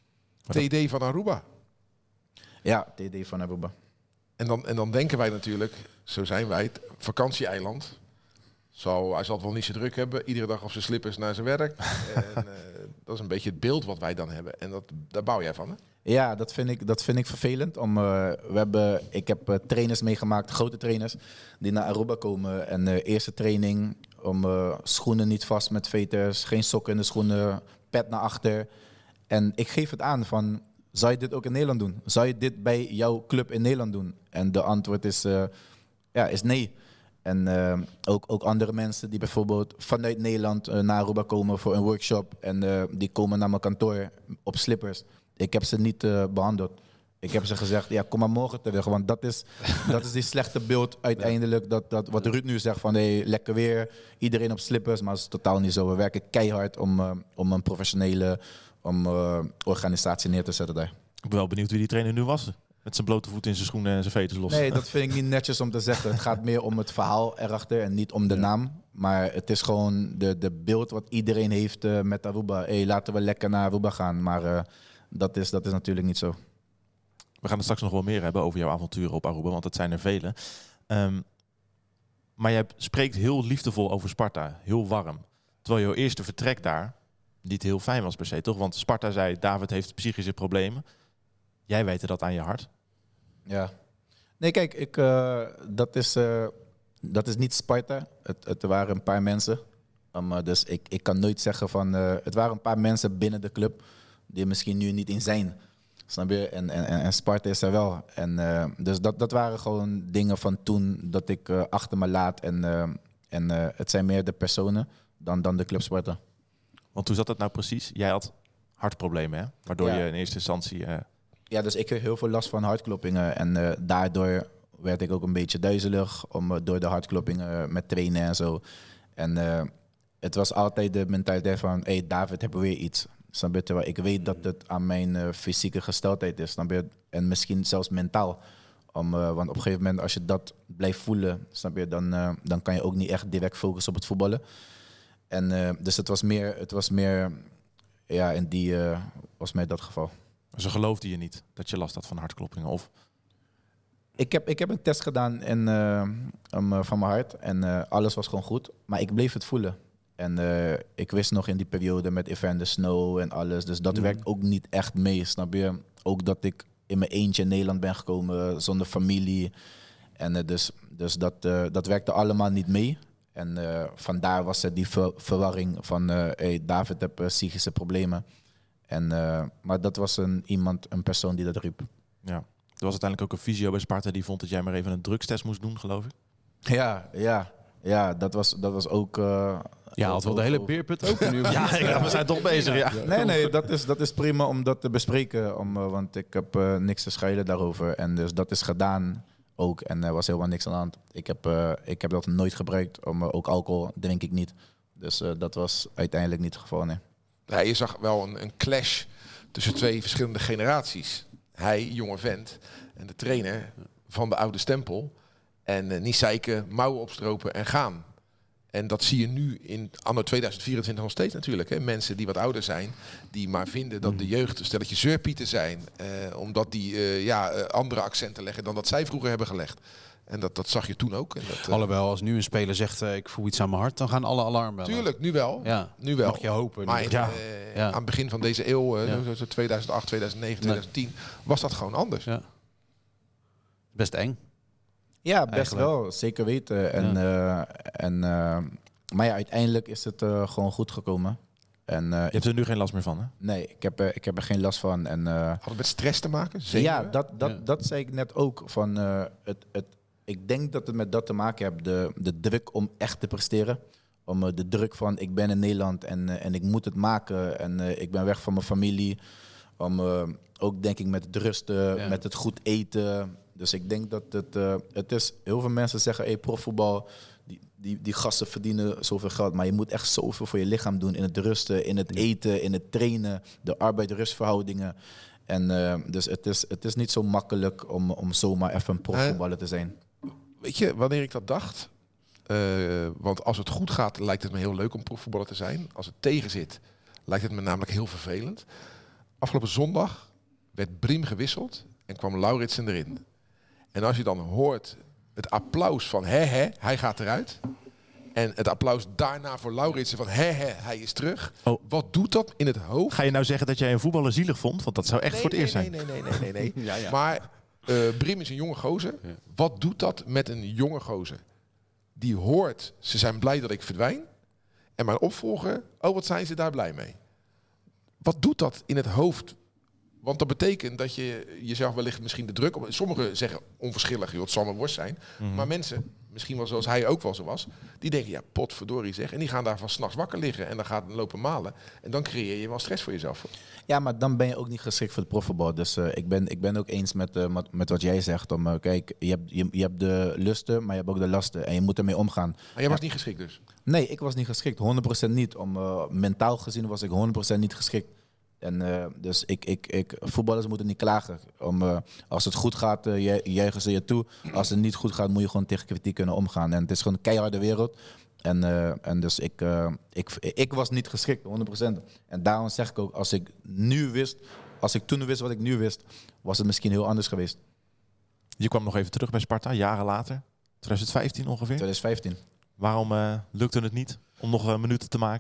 Speaker 5: T D van Aruba.
Speaker 4: Ja, T D van Aruba.
Speaker 5: En dan, en dan denken wij natuurlijk, zo zijn wij, het vakantieeiland. Zo, hij zal het wel niet zo druk hebben. Iedere dag op zijn slippers naar zijn werk. En, uh, dat is een beetje het beeld wat wij dan hebben. En dat, daar bouw jij van, hè?
Speaker 4: Ja, dat vind ik, dat vind ik vervelend. Om, uh, we hebben, ik heb uh, trainers meegemaakt, grote trainers, die naar Aruba komen. En uh, eerste training, om uh, schoenen niet vast met veters, geen sokken in de schoenen, pet naar achter. En ik geef het aan van, zou je dit ook in Nederland doen? Zou je dit bij jouw club in Nederland doen? En de antwoord is, uh, ja, is nee. En uh, ook, ook andere mensen die bijvoorbeeld vanuit Nederland uh, naar Aruba komen voor een workshop. En uh, die komen naar mijn kantoor op slippers. Ik heb ze niet uh, behandeld. Ik heb ze gezegd, ja, kom maar morgen terug. Want dat is, dat is die slechte beeld uiteindelijk. Dat, dat, wat Ruud nu zegt van, hey, lekker weer. Iedereen op slippers, maar dat is totaal niet zo. We werken keihard om, uh, om een professionele om, uh, organisatie neer te zetten daar.
Speaker 3: Ik ben wel benieuwd wie die trainer nu was. Met zijn blote voet in zijn schoenen en zijn veters los.
Speaker 4: Nee, dat vind ik niet netjes om te zeggen. Het gaat meer om het verhaal erachter en niet om de ja. naam. Maar het is gewoon de, de beeld wat iedereen heeft uh, met Aruba. Hey, laten we lekker naar Aruba gaan. Maar uh, dat, is, dat is natuurlijk niet zo.
Speaker 3: We gaan er straks nog wel meer hebben over jouw avonturen op Aruba. Want het zijn er vele. Um, maar jij spreekt heel liefdevol over Sparta. Heel warm. Terwijl jouw eerste vertrek daar niet heel fijn was per se, toch? Want Sparta zei, David heeft psychische problemen. Jij weet dat aan je hart.
Speaker 4: Ja, Nee, kijk, ik, uh, dat, is, uh, dat is niet Sparta. Het, het waren een paar mensen. Um, uh, dus ik, ik kan nooit zeggen van... Uh, het waren een paar mensen binnen de club die er misschien nu niet in zijn. Snap je? En, en, en Sparta is er wel. En, uh, dus dat, dat waren gewoon dingen van toen dat ik uh, achter me laat. En, uh, en uh, het zijn meer de personen dan, dan de club Sparta.
Speaker 3: Want hoe zat dat nou precies? Jij had hartproblemen, hè? Waardoor
Speaker 4: ja.
Speaker 3: je in eerste instantie... Uh...
Speaker 4: Ja, dus ik kreeg heel veel last van hartkloppingen. En uh, daardoor werd ik ook een beetje duizelig om, uh, door de hartkloppingen uh, met trainen en zo. En uh, het was altijd de mentaliteit van... Hé, hey, David, hebben we weer iets. Snap je? Terwijl ik weet dat het aan mijn uh, fysieke gesteldheid is. Snap je? En misschien zelfs mentaal. Om, uh, want op een gegeven moment, als je dat blijft voelen... Snap je? Dan, uh, dan kan je ook niet echt direct focussen op het voetballen. En uh, dus het was meer... Het was meer ja, in die uh, was mij dat geval.
Speaker 3: Ze geloofden je niet dat je last had van hartkloppingen? Of...
Speaker 4: Ik heb, ik heb een test gedaan in, uh, um, van mijn hart en uh, alles was gewoon goed. Maar ik bleef het voelen. En uh, ik wist nog in die periode met Evander Snow en alles. Dus dat mm. werkt ook niet echt mee, snap je? Ook dat ik in mijn eentje in Nederland ben gekomen zonder familie. En uh, dus, dus dat, uh, dat werkte allemaal niet mee. En uh, vandaar was er die ver- verwarring van... Uh, hey, David heeft uh, psychische problemen. En, uh, maar dat was een, iemand, een persoon die dat riep.
Speaker 3: Ja. Er was uiteindelijk ook een fysio bij Sparta die vond dat jij maar even een drugstest moest doen, geloof ik.
Speaker 4: Ja, ja, ja dat, was, dat was ook... Uh,
Speaker 6: ja, had wel de hele beerput open nu.
Speaker 3: ja, ja, we zijn toch bezig, ja.
Speaker 4: Nee, nee, dat is, dat is prima om dat te bespreken. Om, uh, want ik heb uh, niks te scheiden daarover. En dus dat is gedaan ook. En er was helemaal niks aan de hand. Ik heb, uh, ik heb dat nooit gebruikt. Om, uh, ook alcohol drink ik niet. Dus uh, dat was uiteindelijk niet het geval, nee.
Speaker 5: Ja, je zag wel een, een clash tussen twee verschillende generaties. Hij, jonge vent, en de trainer van de oude stempel. En uh, niet zeiken, mouwen opstropen en gaan. En dat zie je nu in anno tweeduizend vierentwintig nog steeds natuurlijk. Hè. Mensen die wat ouder zijn, die maar vinden dat de jeugd een stelletje zeurpieten zijn. Uh, omdat die uh, ja, uh, andere accenten leggen dan dat zij vroeger hebben gelegd. En dat, dat zag je toen ook. En dat, uh...
Speaker 6: Alhoewel, als nu een speler zegt, uh, ik voel iets aan mijn hart, dan gaan alle alarmbellen.
Speaker 5: Tuurlijk, nu wel.
Speaker 6: Ja,
Speaker 5: nu wel.
Speaker 6: mag je hopen.
Speaker 5: Maar in,
Speaker 6: ja.
Speaker 5: uh,
Speaker 6: ja.
Speaker 5: aan het begin van deze eeuw, uh,
Speaker 6: ja.
Speaker 5: zo tweeduizend acht, tweeduizend negen, tweeduizend tien, nee. was dat gewoon anders.
Speaker 6: Ja. Best eng.
Speaker 4: Ja, best Eigenlijk. wel. Zeker weten. En, ja. uh, en, uh, maar ja, uiteindelijk is het uh, gewoon goed gekomen. En, uh,
Speaker 3: je hebt er nu geen last meer van, hè?
Speaker 4: Nee, ik heb, uh, ik heb er geen last van. En, uh,
Speaker 5: Had het met stress te maken? Zenuwen?
Speaker 4: Ja, dat, dat,
Speaker 6: ja,
Speaker 4: dat zei ik net ook. Van, uh, het, het, ik denk dat het met dat te maken heeft. De, de druk om echt te presteren. Om uh, de druk van, ik ben in Nederland en, uh, en ik moet het maken. En uh, ik ben weg van mijn familie. Om uh, ook, denk ik, met het rusten, ja. met het goed eten. Dus ik denk dat het, uh, het is... Heel veel mensen zeggen, hey, profvoetbal, die, die, die gasten verdienen zoveel geld. Maar je moet echt zoveel voor je lichaam doen. In het rusten, in het eten, in het trainen. De arbeid-rustverhoudingen. En uh, dus het is, het is niet zo makkelijk om, om zomaar even een profvoetballer te zijn.
Speaker 5: Weet je, wanneer ik dat dacht... Uh, want als het goed gaat, lijkt het me heel leuk om profvoetballer te zijn. Als het tegen zit, lijkt het me namelijk heel vervelend. Afgelopen zondag werd Briem gewisseld en kwam Lauritsen erin. En als je dan hoort het applaus van hè hè, hij gaat eruit. En het applaus daarna voor Lauritsen van hè hè, hij is terug. Oh. Wat doet dat in het hoofd?
Speaker 3: Ga je nou zeggen dat jij een voetballer zielig vond? Want dat zou echt
Speaker 5: nee,
Speaker 3: voor het
Speaker 5: nee,
Speaker 3: eerst
Speaker 5: nee,
Speaker 3: zijn.
Speaker 5: Nee, nee, nee, nee. nee.
Speaker 6: ja, ja.
Speaker 5: Maar uh, Briem is een jonge gozer. Ja. Wat doet dat met een jonge gozer? Die hoort, ze zijn blij dat ik verdwijn. En mijn opvolger, oh wat zijn ze daar blij mee. Wat doet dat in het hoofd? Want dat betekent dat je jezelf wellicht misschien de druk... Sommigen zeggen onverschillig, joh, het zal mijn worst zijn. Mm-hmm. Maar mensen, misschien wel zoals hij ook wel zo was... die denken, ja, potverdorie zeg. En die gaan daar van 's nachts wakker liggen en dan gaat lopen malen. En dan creëer je wel stress voor jezelf.
Speaker 4: Ja, maar dan ben je ook niet geschikt voor het profvoetbal. Dus uh, ik, ben, ik ben ook eens met, uh, met, met wat jij zegt. Om, uh, kijk, je hebt, je, je hebt de lusten, maar je hebt ook de lasten. En je moet ermee omgaan.
Speaker 5: Maar jij
Speaker 4: ja.
Speaker 5: was niet geschikt dus?
Speaker 4: Nee, ik was niet geschikt. honderd procent niet. Om, uh, mentaal gezien was ik honderd procent niet geschikt. En uh, dus ik, ik, ik, voetballers moeten niet klagen. Om, uh, als het goed gaat, uh, ju- juichen ze je toe. Als het niet goed gaat, moet je gewoon tegen kritiek kunnen omgaan. En het is gewoon een keiharde wereld. En, uh, en dus ik, uh, ik, ik was niet geschikt, honderd procent. En daarom zeg ik ook, als ik nu wist, als ik toen wist wat ik nu wist, was het misschien heel anders geweest.
Speaker 3: Je kwam nog even terug bij Sparta, jaren later. twintig vijftien ongeveer.
Speaker 4: twintig vijftien.
Speaker 3: Waarom uh, lukte het niet om nog uh, minuten te maken?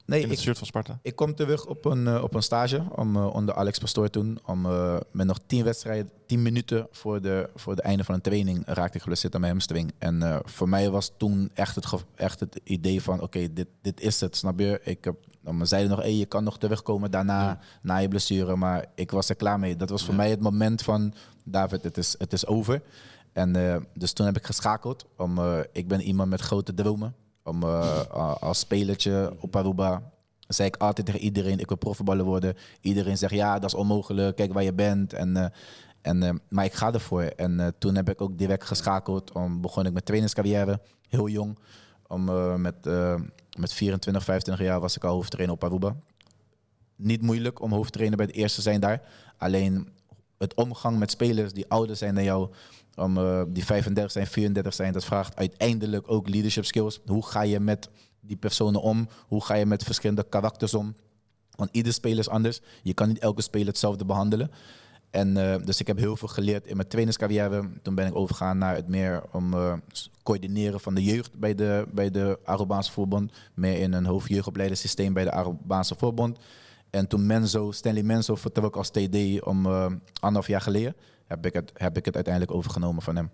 Speaker 4: Nee,
Speaker 3: in het
Speaker 4: ik,
Speaker 3: shirt van Sparta?
Speaker 4: ik kom terug op een, uh, op een stage om, uh, onder Alex Pastoor toen. Om, uh, met nog tien wedstrijden, tien minuten voor de, voor de einde van een training raakte ik geblesseerd aan mijn hamstring. En uh, voor mij was toen echt het, ge- echt het idee van, oké, okay, dit, dit is het, snap je? Ik heb, dan zeiden nog, hey, je kan nog terugkomen daarna, ja. na je blessure. Maar ik was er klaar mee. Dat was voor ja. mij het moment van, David, het is, het is over. En uh, dus toen heb ik geschakeld. Om, uh, ik ben iemand met grote dromen. Om uh, als spelertje op Aruba zei ik altijd tegen iedereen, ik wil profvoetballer worden. Iedereen zegt, ja, dat is onmogelijk, kijk waar je bent. En, uh, en, uh, maar ik ga ervoor. En uh, toen heb ik ook direct geschakeld. Om, begon ik mijn trainingscarrière, heel jong. Om, uh, met, uh, met vierentwintig, vijfentwintig jaar was ik al hoofdtrainer op Aruba. Niet moeilijk om hoofdtrainer bij de eerste te zijn daar. Alleen het omgang met spelers die ouder zijn dan jou, om, uh, die vijfendertig zijn, vierendertig zijn, dat vraagt uiteindelijk ook leadership skills. Hoe ga je met die personen om? Hoe ga je met verschillende karakters om? Want ieder speler is anders. Je kan niet elke speler hetzelfde behandelen. En, uh, dus ik heb heel veel geleerd in mijn trainingscarrière. Toen ben ik overgegaan naar het meer om uh, coördineren van de jeugd bij de, bij de Arubaanse Voorbond. Meer in een hoofdjeugdopleidingssysteem bij de Arubaanse Voorbond. En toen Menzo, Stanley Menzo vertrok als T D om uh, anderhalf jaar geleden, heb ik, het, heb ik het uiteindelijk overgenomen van hem.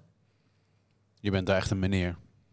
Speaker 6: Je bent daar echt een meneer.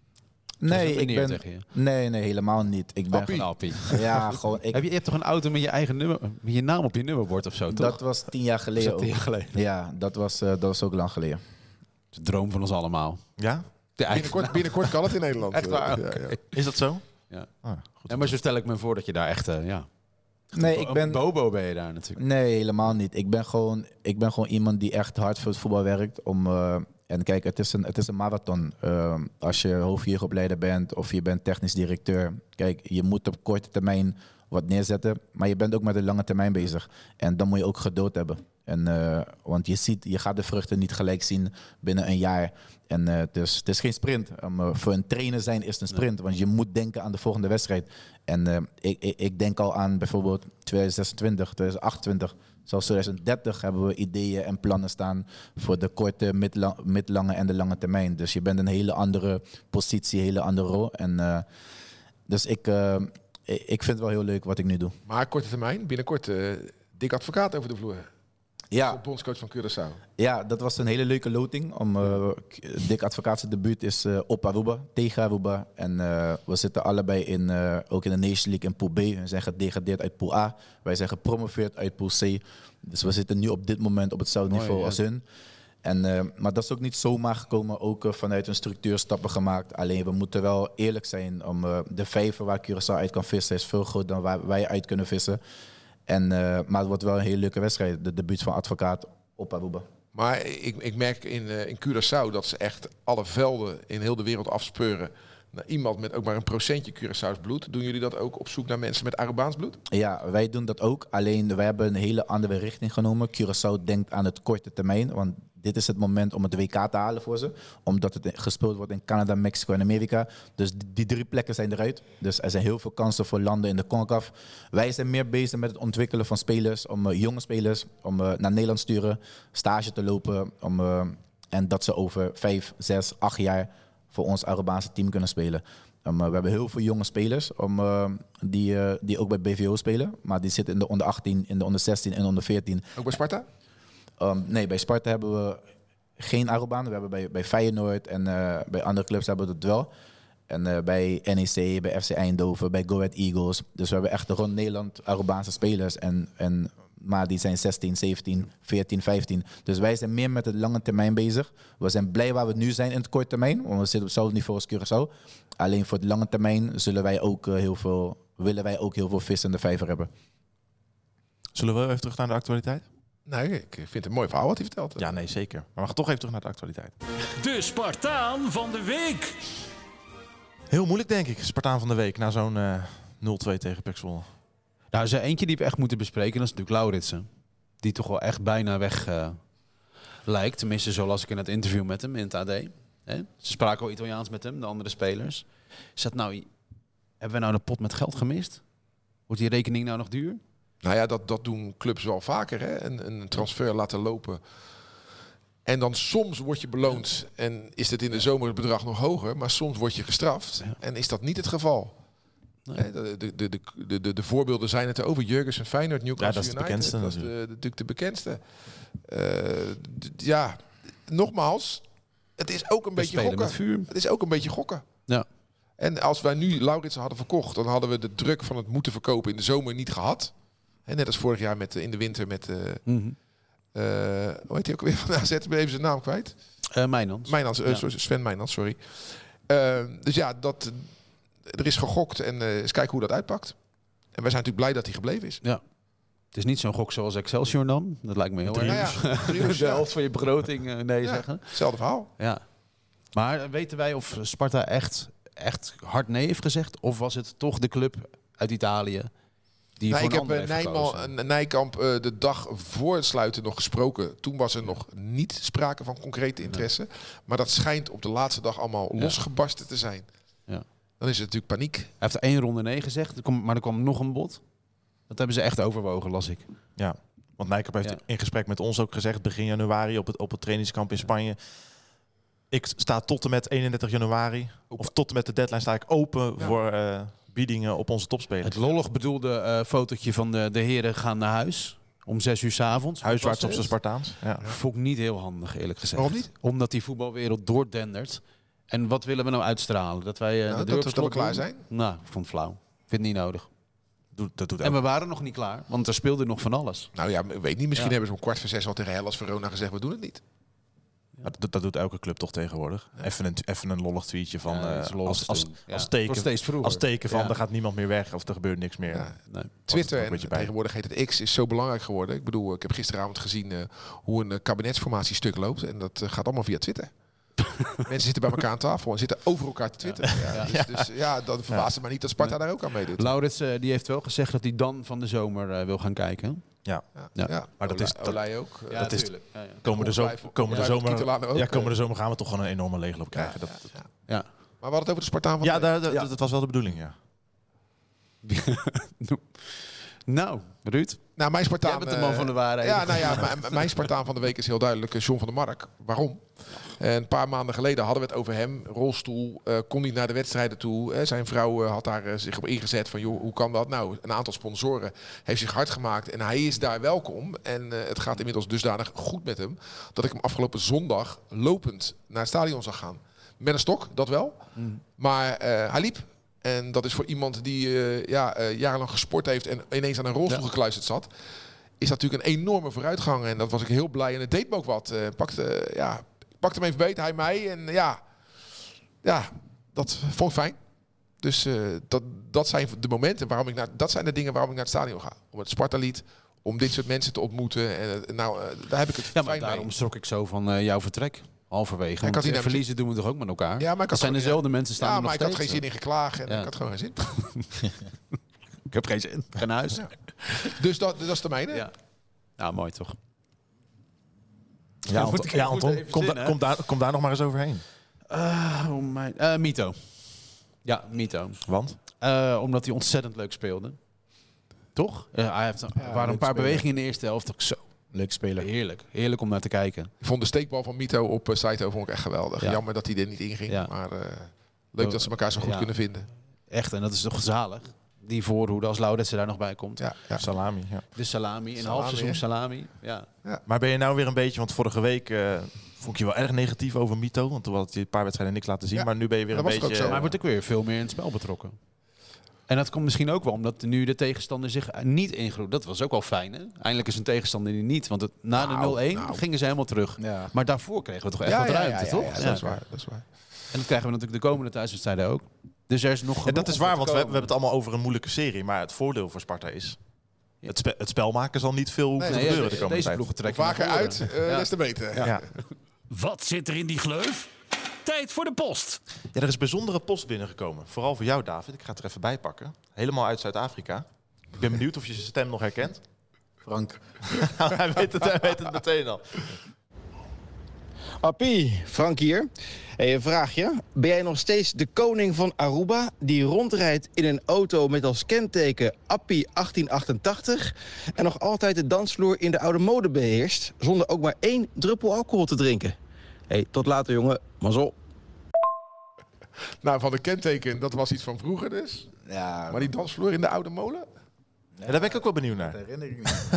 Speaker 4: Nee,
Speaker 6: een meneer
Speaker 4: ik ben,
Speaker 6: tegen je.
Speaker 4: nee, nee, helemaal niet. Ik ben
Speaker 6: Appie. Appie.
Speaker 4: Ja, gewoon. Ik,
Speaker 6: Heb je, je hebt toch een auto met je eigen nummer, met je naam op je nummerbord of zo, toch?
Speaker 4: Dat was tien jaar geleden.
Speaker 6: Dat tien jaar geleden.
Speaker 4: Ja, dat was, uh, dat was ook lang geleden.
Speaker 6: Dat is de droom van ons allemaal.
Speaker 3: Ja?
Speaker 5: Binnenkort, binnenkort kan het in Nederland.
Speaker 6: Echt waar?
Speaker 5: Ja,
Speaker 6: Okay.
Speaker 5: ja.
Speaker 3: Is dat zo?
Speaker 6: Ja.
Speaker 3: Ah, goed.
Speaker 6: Ja, maar zo stel ik me voor dat je daar echt, uh, ja...
Speaker 4: Nee, ik ben...
Speaker 6: Bobo ben je daar natuurlijk.
Speaker 4: Nee, helemaal niet. Ik ben gewoon, ik ben gewoon iemand die echt hard voor het voetbal werkt. Om, uh, en kijk, het is een, het is een marathon. Uh, als je hoofdjeugdopleider bent of je bent technisch directeur. Kijk, je moet op korte termijn wat neerzetten. Maar je bent ook met de lange termijn bezig. En dan moet je ook geduld hebben. En, uh, want je ziet, je gaat de vruchten niet gelijk zien binnen een jaar. En uh, dus, het is geen sprint. Um, uh, voor een trainer zijn is het een sprint. Want je moet denken aan de volgende wedstrijd. En uh, ik, ik, ik denk al aan bijvoorbeeld twintig zesentwintig, twintig achtentwintig. Zelfs twintig dertig hebben we ideeën en plannen staan voor de korte, midla- midlange en de lange termijn. Dus je bent een hele andere positie, een hele andere rol. En, uh, dus ik, uh, ik vind het wel heel leuk wat ik nu doe.
Speaker 5: Maar korte termijn, binnenkort uh, Dick Advocaat over de vloer.
Speaker 4: Ja.
Speaker 5: Bondscoach van Curaçao.
Speaker 4: Ja, dat was een hele leuke loting. Om, uh, Dick Advocaat zijn debuut is uh, op Aruba, tegen Aruba. En uh, we zitten allebei in, uh, ook in de Nation League in Pool B. We zijn gedegradeerd uit Pool A. Wij zijn gepromoveerd uit Pool C. Dus we zitten nu op dit moment op hetzelfde
Speaker 6: Mooi,
Speaker 4: niveau
Speaker 6: ja.
Speaker 4: als hun. En, uh, maar dat is ook niet zomaar gekomen, ook uh, vanuit een structuur stappen gemaakt. Alleen we moeten wel eerlijk zijn. Om, uh, de vijver waar Curaçao uit kan vissen is veel groter dan waar wij uit kunnen vissen. En, uh, maar het wordt wel een hele leuke wedstrijd. De debuut van Advocaat op Aruba.
Speaker 5: Maar ik, ik merk in, uh, in Curaçao dat ze echt alle velden in heel de wereld afspeuren naar iemand met ook maar een procentje Curaçao's bloed. Doen jullie dat ook op zoek naar mensen met Arubaans bloed?
Speaker 4: Ja, wij doen dat ook. Alleen wij hebben een hele andere richting genomen. Curaçao denkt aan het korte termijn. Want dit is het moment om het W K te halen voor ze. Omdat het gespeeld wordt in Canada, Mexico en Amerika. Dus die, die drie plekken zijn eruit. Dus er zijn heel veel kansen voor landen in de CONCACAF. Wij zijn meer bezig met het ontwikkelen van spelers. Om uh, jonge spelers om, uh, naar Nederland te sturen. Stage te lopen. Om, uh, en dat ze over vijf, zes, acht jaar voor ons Arubaanse team kunnen spelen. Um, uh, we hebben heel veel jonge spelers om, uh, die, uh, die ook bij B V O spelen. Maar die zitten in de onder achttien, in de onder zestien en onder veertien.
Speaker 5: Ook bij Sparta?
Speaker 4: Um, nee, bij Sparta hebben we geen Arubaan. We hebben bij, bij Feyenoord en uh, bij andere clubs hebben we dat wel. En uh, bij N E C, bij F C Eindhoven, bij Go Ahead Eagles. Dus we hebben echt rond Nederland Arubaanse spelers. En, en, maar die zijn zestien, zeventien, veertien, vijftien. Dus wij zijn meer met het lange termijn bezig. We zijn blij waar we nu zijn in het korte termijn. Want we zitten op hetzelfde niveau als Curaçao. Alleen voor het lange termijn zullen wij ook, uh, heel veel, willen wij ook heel veel vis in de vijver hebben.
Speaker 3: Zullen we even terug naar de actualiteit?
Speaker 5: Nee, ik vind het een mooi verhaal wat hij vertelt.
Speaker 3: Ja, nee, zeker. Maar we gaan toch even terug naar de actualiteit.
Speaker 2: De Spartaan van de week.
Speaker 3: Heel moeilijk, denk ik. Spartaan van de week na zo'n uh, nul twee tegen P E C Zwolle.
Speaker 6: Nou, er is er eentje die we echt moeten bespreken. Dat is natuurlijk Lauritsen. Die toch wel echt bijna weg uh, lijkt. Tenminste, zo las ik in het interview met hem in het A D. Hè? Ze spraken al Italiaans met hem, de andere spelers. Is dat nou, hebben we nou een pot met geld gemist? Wordt die rekening nou nog duur?
Speaker 5: Nou ja, dat, dat doen clubs wel vaker. Hè? Een, een transfer laten lopen. En dan soms word je beloond. En is het in de zomer het bedrag nog hoger. Maar soms word je gestraft.
Speaker 6: Ja.
Speaker 5: En is dat niet het geval?
Speaker 6: Nee.
Speaker 5: De, de, de, de, de, de voorbeelden zijn het over. Jurgensen, Feyenoord, Newcastle
Speaker 3: Ja, dat is de
Speaker 5: United.
Speaker 3: bekendste
Speaker 5: Dat is de, de, natuurlijk de bekendste. Uh, d- ja, nogmaals, het is ook een
Speaker 6: We
Speaker 5: beetje
Speaker 6: spelen
Speaker 5: gokken.
Speaker 6: met vuur.
Speaker 5: Het is ook een beetje gokken.
Speaker 6: Ja.
Speaker 5: En als wij nu Lauritsen hadden verkocht, dan hadden we de druk van het moeten verkopen in de zomer niet gehad. En net als vorig jaar met, in de winter met... Uh,
Speaker 6: Mm-hmm.
Speaker 5: uh, hoe heet hij ook weer van A Z? Ik ben even zijn naam kwijt.
Speaker 6: Uh, Mijnans.
Speaker 5: Mijnans, uh,
Speaker 6: Ja.
Speaker 5: sorry, Sven Mijnans, sorry. Uh, dus ja, dat, er is gegokt en uh, eens kijken hoe dat uitpakt. En wij zijn natuurlijk blij dat hij gebleven is.
Speaker 6: Ja. Het is niet zo'n gok zoals Excelsior dan. Dat lijkt me heel
Speaker 5: Ja,
Speaker 6: erg.
Speaker 5: ja. Driehoeks,
Speaker 6: De
Speaker 5: ja.
Speaker 6: helft van je begroting uh, nee
Speaker 5: Ja,
Speaker 6: zeggen.
Speaker 5: hetzelfde verhaal.
Speaker 6: Ja. Maar uh, weten wij of Sparta echt, echt hard nee heeft gezegd? Of was het toch de club uit Italië die
Speaker 5: Nou,
Speaker 6: voor
Speaker 5: ik
Speaker 6: een
Speaker 5: heb
Speaker 6: ander
Speaker 5: uh,
Speaker 6: heeft
Speaker 5: Nijman,
Speaker 6: gekozen?
Speaker 5: uh, Nijkamp uh, de dag voor het sluiten nog gesproken. Toen was er nog niet sprake van concrete interesse. Maar dat schijnt op de laatste dag allemaal
Speaker 6: Ja.
Speaker 5: losgebarsten te zijn.
Speaker 6: Ja.
Speaker 5: Dan is het natuurlijk paniek.
Speaker 6: Hij heeft één ronde nee gezegd, er kwam- maar er kwam nog een bod. Dat hebben ze echt overwogen, las ik.
Speaker 3: Ja, want Nijkamp heeft
Speaker 6: Ja.
Speaker 3: in gesprek met ons ook gezegd, begin januari op het, op het trainingskamp in Spanje. Ik sta tot en met eenendertig januari, of tot en met de deadline sta ik open
Speaker 5: Ja.
Speaker 3: voor uh, biedingen op onze topspelers.
Speaker 6: Het lollig bedoelde uh, fotootje van de, de heren gaan naar huis. Om zes uur 's avonds.
Speaker 3: Huiswaarts op
Speaker 6: Was
Speaker 3: zijn
Speaker 6: het?
Speaker 3: Spartaans. Ja.
Speaker 6: Vond ik niet heel handig, eerlijk gezegd.
Speaker 5: Waarom niet?
Speaker 6: Omdat die voetbalwereld doordendert. En wat willen we nou uitstralen? Dat wij uh,
Speaker 5: Nou,
Speaker 6: de
Speaker 5: dat-
Speaker 6: deur op
Speaker 5: dat we
Speaker 6: slot
Speaker 5: klaar
Speaker 6: doen?
Speaker 5: zijn?
Speaker 6: Nou, ik vond het flauw. Ik vind het niet nodig.
Speaker 3: Doet, dat doet
Speaker 6: En
Speaker 3: elke,
Speaker 6: we waren nog niet klaar, want er speelde nog van alles.
Speaker 5: Nou ja, ik weet niet. Misschien
Speaker 6: Ja.
Speaker 5: hebben ze om kwart voor zes al tegen Hellas Verona gezegd, we doen het niet.
Speaker 3: maar dat, dat doet elke club toch tegenwoordig. Even, een, even een lollig tweetje van
Speaker 6: Ja,
Speaker 3: uh,
Speaker 6: dat is lollig
Speaker 3: als, als,
Speaker 6: te doen. Ja.
Speaker 3: als
Speaker 6: Het
Speaker 3: teken,
Speaker 6: wordt steeds vroeger.
Speaker 3: als teken van
Speaker 6: Ja.
Speaker 3: er gaat niemand meer weg of er gebeurt niks meer.
Speaker 5: Ja.
Speaker 6: Nee.
Speaker 5: Twitter
Speaker 3: ook
Speaker 5: en
Speaker 3: een beetje bij.
Speaker 5: tegenwoordig heet het X is zo belangrijk geworden. Ik bedoel, ik heb gisteravond gezien uh, hoe een uh, kabinetsformatiestuk loopt. En dat uh, gaat allemaal via Twitter. Mensen zitten bij elkaar aan tafel en zitten over elkaar te twitteren. Ja,
Speaker 6: Ja.
Speaker 5: dus, dus ja, dan verbaast het me niet dat Sparta daar ook aan meedoet.
Speaker 6: Laurits uh, die heeft wel gezegd dat hij dan van de zomer uh, wil gaan kijken.
Speaker 5: Ja,
Speaker 6: Ja.
Speaker 5: ja.
Speaker 3: Maar dat is- dat-
Speaker 5: Olij ook. Uh,
Speaker 3: dat is-
Speaker 6: tuurlijk. Ja, ja.
Speaker 3: Komende, zo,
Speaker 5: Ongetwijfeld-
Speaker 3: komende,
Speaker 5: ongetwijfeld
Speaker 3: zomer,
Speaker 5: Kittelane ook,
Speaker 3: ja,
Speaker 5: uh,
Speaker 3: komende zomer gaan we toch gewoon een enorme leegloop krijgen.
Speaker 5: Ja,
Speaker 3: dat,
Speaker 5: ja, ja.
Speaker 6: Ja.
Speaker 5: Maar we hadden het over de Spartaan van
Speaker 3: ja,
Speaker 5: de week.
Speaker 3: daar- daar-
Speaker 6: Ja.
Speaker 3: dat was wel de bedoeling, ja.
Speaker 6: Nou, Ruud,
Speaker 5: Nou, mijn Spartaan...
Speaker 6: jij bent de man
Speaker 5: eh,
Speaker 6: van de waarheid.
Speaker 5: Ja, nou ja, mijn- mijn Spartaan van de week is heel duidelijk eh, John van der Mark. Waarom? En een paar maanden geleden hadden we het over hem. Rolstoel, eh, kon niet naar de wedstrijden toe. Eh, zijn vrouw eh, had daar eh, zich op ingezet van, joh, hoe kan dat? Nou, een aantal sponsoren heeft zich hard gemaakt en hij is daar welkom. En eh, het gaat inmiddels dusdanig goed met hem dat ik hem afgelopen zondag lopend naar het stadion zag gaan. Met een stok, dat wel.
Speaker 6: Mm.
Speaker 5: Maar eh, hij liep. En dat is voor iemand die uh, ja, uh, jarenlang gesport heeft en ineens aan een rolstoel
Speaker 6: Ja.
Speaker 5: gekluisterd zat, is dat natuurlijk een enorme vooruitgang. En dat was ik heel blij. En het deed me ook wat. Uh, pakte, uh, ja, ik pakte hem even beet, hij mij. En uh, ja, ja, dat vond ik fijn. Dus uh, dat, dat zijn de momenten waarom ik naar, dat zijn de dingen waarom ik naar het stadion ga. Om het Sparta-lied, om dit soort mensen te ontmoeten. En uh, nou, uh, daar heb ik het
Speaker 6: Ja, maar
Speaker 5: fijn
Speaker 6: daarom
Speaker 5: mee.
Speaker 6: schrok ik zo van uh, jouw vertrek. Halverwege.
Speaker 5: had
Speaker 6: Want
Speaker 5: niet
Speaker 6: uh,
Speaker 5: naar
Speaker 6: verliezen doen we toch ook met elkaar?
Speaker 5: Ja, maar ik
Speaker 6: dat
Speaker 5: had
Speaker 6: zijn
Speaker 5: gewoon-
Speaker 6: dezelfde mensen staan
Speaker 5: Ja,
Speaker 6: er
Speaker 5: maar
Speaker 6: nog
Speaker 5: ik had geen
Speaker 6: steeds.
Speaker 5: zin in geklaag en
Speaker 6: Ja.
Speaker 5: ik had gewoon geen zin.
Speaker 6: Ik heb geen zin. Geen huis.
Speaker 5: Ja. Dus dat, dat is de mijne.
Speaker 6: Ja. Nou, mooi toch.
Speaker 3: Ja,
Speaker 6: moet
Speaker 3: Anton,
Speaker 6: ik-
Speaker 3: ja,
Speaker 6: ik moet
Speaker 3: Anton
Speaker 6: even
Speaker 3: kom,
Speaker 6: zin,
Speaker 3: da-
Speaker 6: hè?
Speaker 3: kom, daar, kom daar nog maar eens overheen.
Speaker 6: Uh, oh mijn... Uh, Mito. Ja, Mito.
Speaker 3: Want?
Speaker 6: Uh, omdat hij ontzettend leuk speelde. Toch? Uh, hij heeft, er waren een
Speaker 4: leuk
Speaker 6: paar
Speaker 4: spelen.
Speaker 6: bewegingen in de eerste helft. Ook zo
Speaker 4: Leuk spelen.
Speaker 6: heerlijk. Heerlijk om naar te kijken.
Speaker 5: Ik vond de steekbal van Mito op uh, Saito vond ik echt geweldig.
Speaker 6: Ja.
Speaker 5: Jammer dat hij er niet in ging.
Speaker 6: Ja.
Speaker 5: Maar uh, leuk dat ze elkaar zo goed
Speaker 6: Ja.
Speaker 5: kunnen vinden.
Speaker 6: Echt, en dat is toch zalig. Die voorhoede als Laurits er daar nog bij komt.
Speaker 5: Ja, ja.
Speaker 3: Salami, ja.
Speaker 6: De salami, een
Speaker 5: Salami,
Speaker 6: half seizoen
Speaker 5: hè?
Speaker 6: salami. Ja.
Speaker 3: Maar ben je nou weer een beetje, want vorige week uh, vond ik je wel erg negatief over Mito. Want toen had hij een paar wedstrijden niks laten zien.
Speaker 5: Ja,
Speaker 3: Maar nu ben je weer
Speaker 5: dat
Speaker 3: een
Speaker 5: was ook
Speaker 3: beetje...
Speaker 5: zo.
Speaker 6: Maar hij wordt ook weer veel meer in het spel betrokken. En dat komt misschien ook wel omdat nu de tegenstander zich niet ingroeit. Dat was ook wel fijn, hè? Eindelijk is een tegenstander die niet. Want het, na de
Speaker 5: Nou,
Speaker 6: nul één
Speaker 5: nou.
Speaker 6: gingen ze helemaal terug.
Speaker 4: Ja.
Speaker 6: Maar daarvoor kregen we toch echt
Speaker 5: Ja,
Speaker 6: wat
Speaker 5: ja,
Speaker 6: ruimte,
Speaker 5: ja, ja,
Speaker 6: toch?
Speaker 5: ja,
Speaker 6: Ja.
Speaker 5: dat is waar. Dat is waar.
Speaker 6: En dat krijgen we natuurlijk de komende thuiswedstrijden ook. Dus er is nog
Speaker 3: En
Speaker 6: genoeg
Speaker 3: dat is
Speaker 6: om
Speaker 3: waar,
Speaker 6: te
Speaker 3: want we, we
Speaker 6: komen.
Speaker 3: hebben het allemaal over een moeilijke serie. Maar het voordeel voor Sparta is... Het, spe, het spel maken zal niet veel hoeven
Speaker 5: Nee,
Speaker 3: te
Speaker 6: Nee,
Speaker 3: gebeuren
Speaker 6: de-
Speaker 3: de komende
Speaker 6: deze
Speaker 3: tijd.
Speaker 6: ploegen
Speaker 5: Hoe
Speaker 6: trekken
Speaker 5: vaker
Speaker 6: naar
Speaker 5: uit,
Speaker 6: voren.
Speaker 5: uh,
Speaker 6: Ja.
Speaker 5: des te beter.
Speaker 3: Ja. Ja.
Speaker 2: Wat zit er in die gleuf? Tijd voor de post.
Speaker 3: Ja, er is bijzondere post binnengekomen. Vooral voor jou, David. Ik ga het er even bij pakken. Helemaal uit Zuid-Afrika. Ik ben benieuwd of je zijn stem nog herkent.
Speaker 4: Frank.
Speaker 3: hij, weet het, hij weet het meteen al.
Speaker 7: Appie, Frank hier. Hey, een vraagje. Ben jij nog steeds de koning van Aruba die rondrijdt in een auto met als kenteken Appie achttien achtentachtig en nog altijd de dansvloer in de oude mode beheerst zonder ook maar één druppel alcohol te drinken? Hey, tot later jongen. Mazzel.
Speaker 5: Nou, van de kenteken, dat was iets van vroeger dus.
Speaker 4: Ja,
Speaker 5: Maar die dansvloer in de oude molen?
Speaker 3: Ja, daar ben ik ook wel benieuwd naar.
Speaker 4: dat herinner ik niet.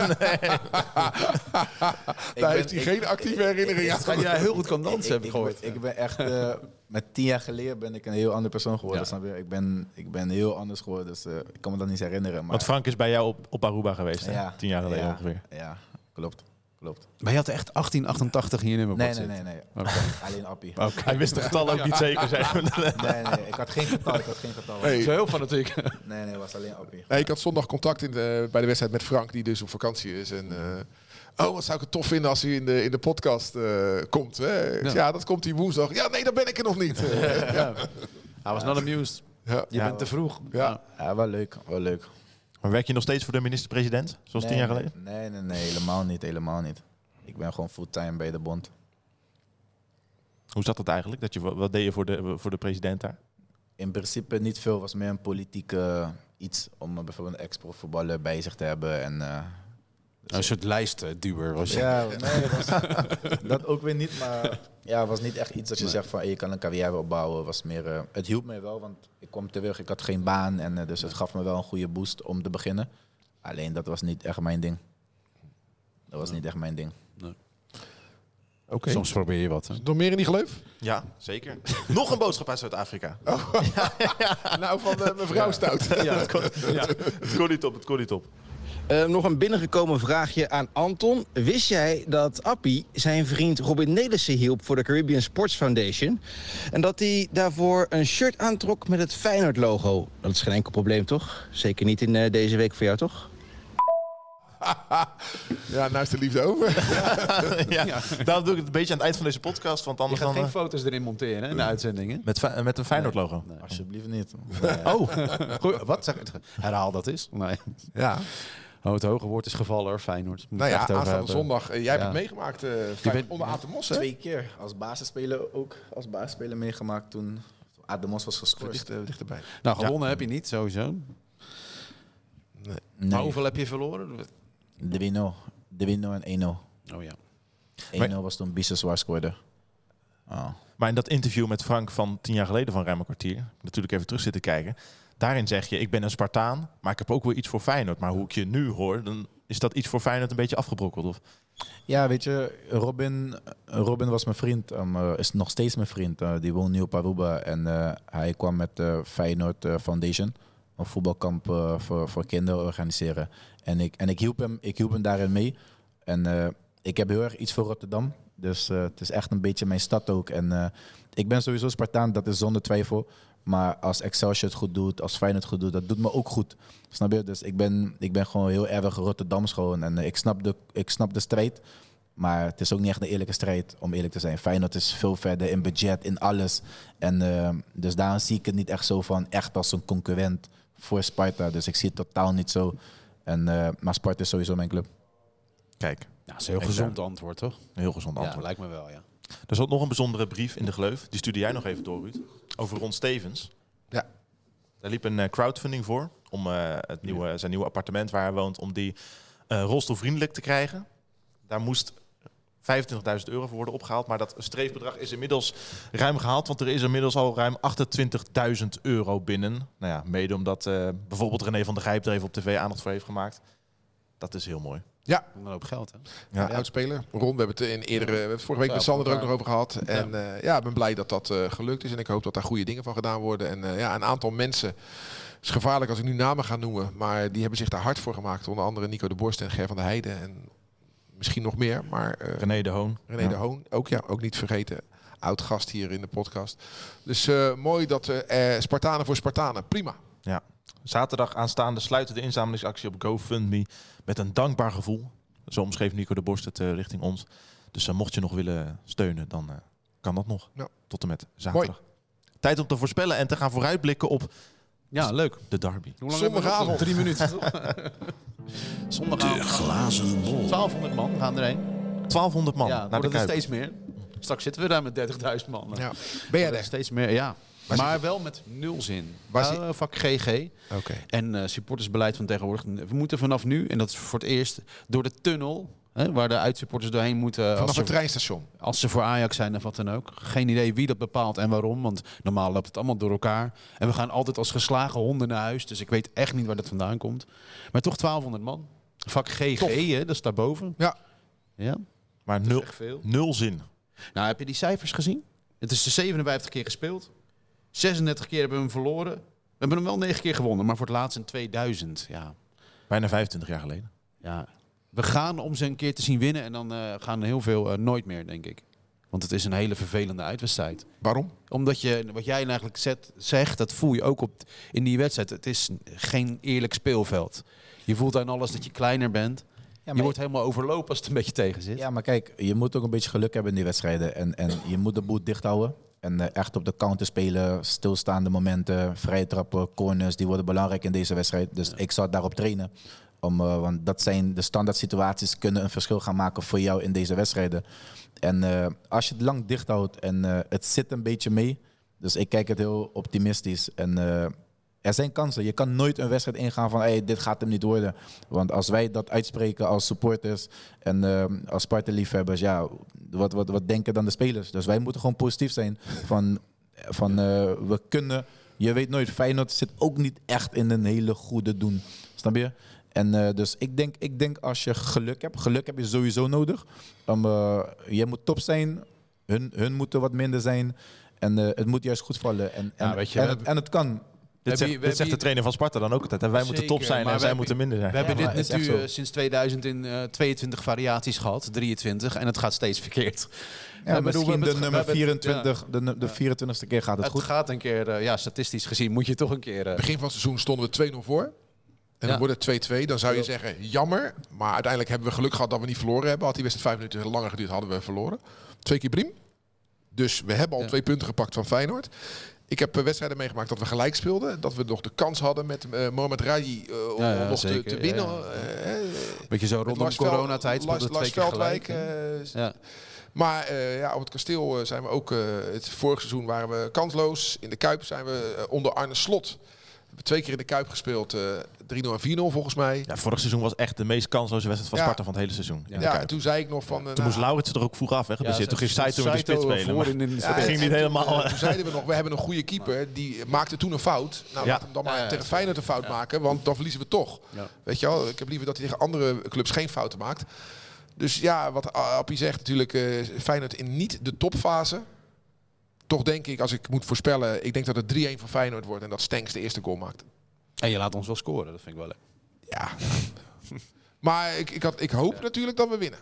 Speaker 5: Daar heeft
Speaker 4: ben-
Speaker 5: hij
Speaker 4: ik-
Speaker 5: geen actieve herinnering aan.
Speaker 6: Schijnt jij heel goed kan dansen, heb ik
Speaker 4: ik,
Speaker 6: gehoord.
Speaker 4: ben, ik ben echt, uh, met tien jaar geleden ben ik een heel andere persoon geworden.
Speaker 6: Ja.
Speaker 4: Snap je? Ik ben, ik ben heel anders geworden, dus uh, ik kan me dat niet herinneren. Maar,
Speaker 3: Want Frank is bij jou op, op Aruba geweest, hè?
Speaker 4: ja,
Speaker 3: Tien jaar geleden
Speaker 4: ja,
Speaker 3: ongeveer.
Speaker 4: Ja, klopt. klopt.
Speaker 6: Maar je had echt achttien achtentachtig in je nummerbord
Speaker 4: Nee, nee,
Speaker 6: zitten.
Speaker 4: nee. nee.
Speaker 6: Oké.
Speaker 4: Alleen Appie.
Speaker 6: Oké.
Speaker 3: Hij wist het getal ook niet zeker, zeg maar.
Speaker 4: Nee, nee, ik had geen getal. Ik had geen getal.
Speaker 5: Hey.
Speaker 6: Zo heel fanatiek.
Speaker 4: Nee, nee, het was alleen Appie.
Speaker 5: Nee, ik had zondag contact in de, bij de wedstrijd met Frank, die dus op vakantie is. En, uh, oh, wat zou ik het tof vinden als hij in de, in de podcast uh, komt. Hè? Ja. ja, dat komt hij woensdag. Ja, nee, dan ben ik er nog niet. Uh, ja.
Speaker 6: Hij was not amused.
Speaker 5: Ja.
Speaker 6: Je bent te vroeg.
Speaker 5: Ja.
Speaker 4: Ja, wel leuk. Wel leuk.
Speaker 3: Maar werk je nog steeds voor de minister-president, zoals
Speaker 4: nee,
Speaker 3: tien jaar geleden?
Speaker 4: Nee, nee, nee, nee, helemaal niet. Helemaal niet. Ik ben gewoon fulltime bij de bond.
Speaker 3: Hoe zat dat eigenlijk? Dat je, wat deed je voor de, voor de president daar?
Speaker 4: In principe niet veel. was meer een politieke uh, iets om uh, bijvoorbeeld een ex-profvoetballer bij zich te hebben. En, uh,
Speaker 6: dus een soort lijstduwer was je.
Speaker 4: Ja, nee, dat, was, dat ook weer niet. Maar ja, het was niet echt iets dat je nee. zegt van hey, je kan een carrière opbouwen. Was meer, uh, het hielp me wel, want ik kwam terug. Ik had geen baan. En uh, dus het gaf me wel een goede boost om te beginnen. Alleen dat was niet echt mijn ding. Dat was niet echt mijn ding.
Speaker 6: Nee.
Speaker 5: Okay.
Speaker 6: Soms probeer je wat. Hè?
Speaker 5: Nog meer in die gleuf?
Speaker 3: Ja, zeker. Nog een boodschap uit Zuid-Afrika.
Speaker 5: Oh. ja, ja. Nou, van uh, mevrouw Stout.
Speaker 3: Ja, ja, het, kon, ja. het kon niet op, het kon niet op.
Speaker 7: Uh, nog een binnengekomen vraagje aan Anton. Wist jij dat Appie zijn vriend Robin Nelissen hielp voor de Caribbean Sports Foundation? En dat hij daarvoor een shirt aantrok met het Feyenoord-logo? Dat is geen enkel probleem, toch? Zeker niet in uh, deze week voor jou, toch?
Speaker 5: Ja, nou is de liefde over.
Speaker 3: ja, ja. Daarom doe ik het een beetje aan het eind van deze podcast. Want anders
Speaker 6: je gaat
Speaker 3: dan,
Speaker 6: geen foto's erin monteren hè, in de uitzendingen.
Speaker 3: Met, met een Feyenoord-logo.
Speaker 4: Nee, nee. Alsjeblieft niet.
Speaker 6: Nee. Oh, goed, wat zeg ik? Herhaal dat eens. Nee.
Speaker 5: Ja.
Speaker 6: Oh, het hoge woord is gevallen hoor, Feyenoord.
Speaker 5: Nou ja, aanstaande zondag. Uh, jij ja. hebt het meegemaakt uh,
Speaker 6: bent,
Speaker 5: onder Aad de Mos, hè?
Speaker 4: Twee keer. Als basisspeler ook. Als basisspeler meegemaakt toen Aad de Mos was geschorst.
Speaker 5: Dicht, uh, dichterbij.
Speaker 6: Nou, gewonnen ja. heb je niet, sowieso.
Speaker 5: Nee.
Speaker 6: Nee. Maar hoeveel heb je verloren?
Speaker 4: drie nul. drie nul en één nul.
Speaker 6: Oh ja.
Speaker 4: één nul was toen Biseswar scoorde. Oh.
Speaker 3: Maar in dat interview met Frank van tien jaar geleden van ruim een kwartier, natuurlijk even terug zitten kijken. Daarin zeg je, ik ben een Spartaan, maar ik heb ook wel iets voor Feyenoord. Maar hoe ik je nu hoor, dan is dat iets voor Feyenoord een beetje afgebrokkeld, of?
Speaker 4: Ja, weet je, Robin, Robin was mijn vriend, um, uh, is nog steeds mijn vriend. Uh, die woont nu op Aruba en uh, hij kwam met de uh, Feyenoord uh, Foundation, een voetbalkamp uh, voor, voor kinderen organiseren. En ik, en ik, hielp hem, ik hielp hem daarin mee. En uh, ik heb heel erg iets voor Rotterdam. Dus uh, het is echt een beetje mijn stad ook. En uh, ik ben sowieso Spartaan, dat is zonder twijfel. Maar als Excelsior het goed doet, als Feyenoord het goed doet, dat doet me ook goed. Snap je? Dus ik ben, ik ben gewoon heel erg Rotterdams gewoon. En uh, ik, snap de, ik snap de strijd. Maar het is ook niet echt een eerlijke strijd, om eerlijk te zijn. Feyenoord is veel verder in budget, in alles. En uh, dus daarom zie ik het niet echt zo van, echt als een concurrent voor Sparta. Dus ik zie het totaal niet zo. En, uh, maar Sparta is sowieso mijn club.
Speaker 3: Kijk.
Speaker 6: Ja, dat is een heel gezond antwoord, toch?
Speaker 3: Een heel gezond antwoord.
Speaker 6: Ja, lijkt me wel, ja.
Speaker 3: Er zat nog een bijzondere brief in de gleuf. Die stuurde jij nog even door, Ruud. Over Ron Stevens.
Speaker 5: Ja.
Speaker 3: Daar liep een uh, crowdfunding voor. Om uh, het nieuwe, ja. zijn nieuwe appartement waar hij woont, om die uh, rolstoelvriendelijk te krijgen. Daar moest vijfentwintigduizend euro voor worden opgehaald. Maar dat streefbedrag is inmiddels ruim gehaald. Want er is inmiddels al ruim achtentwintigduizend euro binnen. Nou ja, mede omdat uh, bijvoorbeeld René van der Gijp er even op tv aandacht voor heeft gemaakt. Dat is heel mooi.
Speaker 5: Ja.
Speaker 6: Een hoop geld, hè?
Speaker 5: Ja, ja. Oudspeler. Ron, we hebben het in eerdere, we hebben het vorige week met Sander er ook nog over gehad. En ja, uh, ja ik ben blij dat dat uh, gelukt is. En ik hoop dat daar goede dingen van gedaan worden. En uh, ja, een aantal mensen, het is gevaarlijk als ik nu namen ga noemen, maar die hebben zich daar hard voor gemaakt. Onder andere Nico de Borst en Ger van der Heijden. En misschien nog meer. Maar uh,
Speaker 3: René de Hoon.
Speaker 5: René
Speaker 3: ja.
Speaker 5: de Hoon, ook, ja, ook niet vergeten. Oud gast hier in de podcast. Dus uh, mooi dat uh, uh, Spartanen voor Spartanen. Prima.
Speaker 3: Ja. Zaterdag aanstaande sluiten de inzamelingsactie op GoFundMe met een dankbaar gevoel. Zo omschreef Nico de Borst het uh, richting ons. Dus uh, mocht je nog willen steunen, dan uh, kan dat nog.
Speaker 5: Ja.
Speaker 3: Tot en met zaterdag.
Speaker 5: Mooi.
Speaker 3: Tijd om te voorspellen en te gaan vooruitblikken op
Speaker 6: ja, leuk.
Speaker 3: de derby.
Speaker 6: Hoe lang
Speaker 5: Zondagavond.
Speaker 6: Drie minuten. Zondagavond.
Speaker 2: De glazen bol.
Speaker 6: twaalfhonderd man gaan erheen.
Speaker 3: twaalfhonderd man
Speaker 6: Ja,
Speaker 3: naar de
Speaker 6: dat is
Speaker 3: Kuip.
Speaker 6: steeds meer. Straks zitten we daar met dertigduizend man.
Speaker 5: Ja. Ben jij er?
Speaker 6: Steeds meer, ja.
Speaker 5: Waar
Speaker 6: maar wel met nul zin.
Speaker 5: Waar
Speaker 6: Uh, vak G G.
Speaker 5: Oké. Okay.
Speaker 6: En uh, supportersbeleid van tegenwoordig. We moeten vanaf nu, en dat is voor het eerst, door de tunnel Hè, waar de uitsupporters doorheen moeten.
Speaker 5: Vanaf
Speaker 6: als
Speaker 5: het
Speaker 6: ze,
Speaker 5: treinstation.
Speaker 6: als ze voor Ajax zijn of wat dan ook. Geen idee wie dat bepaalt en waarom. Want normaal loopt het allemaal door elkaar. En we gaan altijd als geslagen honden naar huis. Dus ik weet echt niet waar dat vandaan komt. Maar toch twaalfhonderd man. Vak G G, hè, dat is daarboven.
Speaker 5: Ja.
Speaker 6: Ja.
Speaker 3: Maar
Speaker 6: Dat is
Speaker 3: nul,
Speaker 6: echt veel.
Speaker 3: nul zin.
Speaker 6: Nou, heb je die cijfers gezien? Het is de zevenenvijftig keer gespeeld. zesendertig keer hebben we hem verloren. We hebben hem wel negen keer gewonnen, maar voor het laatst in tweeduizend. Ja.
Speaker 3: Bijna vijfentwintig jaar geleden.
Speaker 6: Ja. We gaan om ze een keer te zien winnen en dan uh, gaan heel veel uh, nooit meer, denk ik. Want het is een hele vervelende uitwedstrijd.
Speaker 5: Waarom?
Speaker 6: Omdat je, wat jij eigenlijk zet, zegt, dat voel je ook op, in die wedstrijd. Het is geen eerlijk speelveld. Je voelt aan alles dat je kleiner bent.
Speaker 4: Ja,
Speaker 6: je
Speaker 4: maar
Speaker 6: wordt helemaal overlopen als het een beetje tegen zit.
Speaker 4: Ja, maar kijk, je moet ook een beetje geluk hebben in die wedstrijden. En, en je moet de boel dicht houden. En uh, echt op de counter spelen, stilstaande momenten, vrije trappen, corners, die worden belangrijk in deze wedstrijd. Dus ja. ik zou daarop trainen. Om, uh, want dat zijn de standaard situaties, kunnen een verschil gaan maken voor jou in deze wedstrijden. En uh, als je het lang dicht houdt en uh, het zit een beetje mee. Dus ik kijk het heel optimistisch. En uh, er zijn kansen. Je kan nooit een wedstrijd ingaan van hey, dit gaat hem niet worden. Want als wij dat uitspreken als supporters en uh, als Sparta-liefhebbers, ja, wat, wat, wat denken dan de spelers? Dus wij moeten gewoon positief zijn van, van uh, we kunnen, je weet nooit, Feyenoord zit ook niet echt in een hele goede doen. Snap je? En uh, dus ik denk, ik denk als je geluk hebt, geluk heb je sowieso nodig. Um, uh, je moet top zijn, hun, hun moeten wat minder zijn en uh, het moet juist goed vallen. En, en,
Speaker 6: Ja, weet je,
Speaker 4: en,
Speaker 6: we
Speaker 4: het,
Speaker 6: hebben-
Speaker 4: en het kan.
Speaker 3: Dit zegt,
Speaker 6: je- we
Speaker 3: dit zegt
Speaker 6: hebben
Speaker 3: de trainer van Sparta dan ook altijd. En wij moeten top
Speaker 6: Zeker,
Speaker 3: zijn
Speaker 6: maar
Speaker 3: en
Speaker 6: we
Speaker 3: zij
Speaker 6: hebben-
Speaker 3: moeten minder zijn.
Speaker 6: We hebben
Speaker 4: Ja, maar
Speaker 6: dit
Speaker 4: is echt
Speaker 6: natuurlijk
Speaker 4: zo.
Speaker 6: sinds tweeduizend in uh, tweeëntwintig variaties gehad, drieëntwintig, en het gaat steeds verkeerd.
Speaker 4: Ja,
Speaker 6: Ja,
Speaker 4: misschien
Speaker 6: bedoel, we
Speaker 4: de
Speaker 6: hebben
Speaker 4: nummer
Speaker 6: het- we hebben het-
Speaker 4: vierentwintig, de, nu- de
Speaker 6: Ja.
Speaker 4: vierentwintigste keer gaat het,
Speaker 6: Het
Speaker 4: goed.
Speaker 6: gaat een keer, uh, ja, statistisch gezien moet je toch een keer... uh,
Speaker 5: Begin van het seizoen stonden we twee nul voor. En dan
Speaker 6: Ja.
Speaker 5: wordt het twee-twee. Dan zou je zeggen, jammer. Maar uiteindelijk hebben we geluk gehad dat we niet verloren hebben. Had die wedstrijd vijf minuten langer geduurd, hadden we verloren. Twee keer priem. Dus we hebben al
Speaker 6: Ja.
Speaker 5: twee punten gepakt van Feyenoord. Ik heb uh, wedstrijden meegemaakt dat we gelijk speelden. Dat we nog de kans hadden met uh, Mohamed Raji uh, om
Speaker 6: Ja, ja,
Speaker 5: nog te,
Speaker 6: zeker.
Speaker 5: te winnen.
Speaker 6: Ja, ja.
Speaker 5: Uh, uh,
Speaker 6: Beetje zo
Speaker 5: met
Speaker 6: rondom
Speaker 5: Lars Vel-
Speaker 6: coronatijd.
Speaker 5: Lars,
Speaker 6: speelden
Speaker 5: Lars
Speaker 6: twee keer
Speaker 5: Veldwijk.
Speaker 6: gelijk, hè?
Speaker 5: uh,
Speaker 6: ja.
Speaker 5: Maar uh, ja, op het kasteel uh, zijn we ook... Uh, het vorige seizoen waren we kansloos. In de Kuip zijn we uh, onder Arne Slot. We hebben twee keer in de Kuip gespeeld. Uh, drie nul en vier nul volgens mij.
Speaker 3: Ja, vorig seizoen was echt de meest kansloze wedstrijd van
Speaker 5: Ja.
Speaker 3: Sparta van het hele seizoen. in de
Speaker 5: Ja,
Speaker 3: Kuip.
Speaker 5: en toen zei ik nog van... Uh,
Speaker 3: Toen
Speaker 5: nou,
Speaker 3: moest Laurits er ook vroeg af, hè, geblesseerd. Toen ging Saito met de spits spelen.
Speaker 6: voor
Speaker 3: maar
Speaker 6: in de
Speaker 5: Ja,
Speaker 3: dat ging
Speaker 5: en
Speaker 3: niet
Speaker 5: toen,
Speaker 3: helemaal,
Speaker 5: uh,
Speaker 3: hè.
Speaker 5: Toen zeiden we nog, we hebben een goede keeper. Die maakte toen een fout. Nou,
Speaker 3: Ja.
Speaker 5: laat hem dan maar
Speaker 6: Ja, ja,
Speaker 5: tegen
Speaker 6: ja.
Speaker 5: Feyenoord een fout maken. Want dan verliezen we toch.
Speaker 6: Ja.
Speaker 5: Weet je wel? Ik heb liever dat hij tegen andere clubs geen fouten maakt. Dus ja, wat Appie zegt natuurlijk. Uh, Feyenoord in niet de topfase. Toch denk ik, als ik moet voorspellen. Ik denk dat het drie-een voor Feyenoord wordt. En dat Stenks de eerste goal maakt.
Speaker 6: En je laat ons wel scoren, dat vind ik wel leuk.
Speaker 5: Ja. Maar ik, ik, had, ik hoop natuurlijk dat we winnen.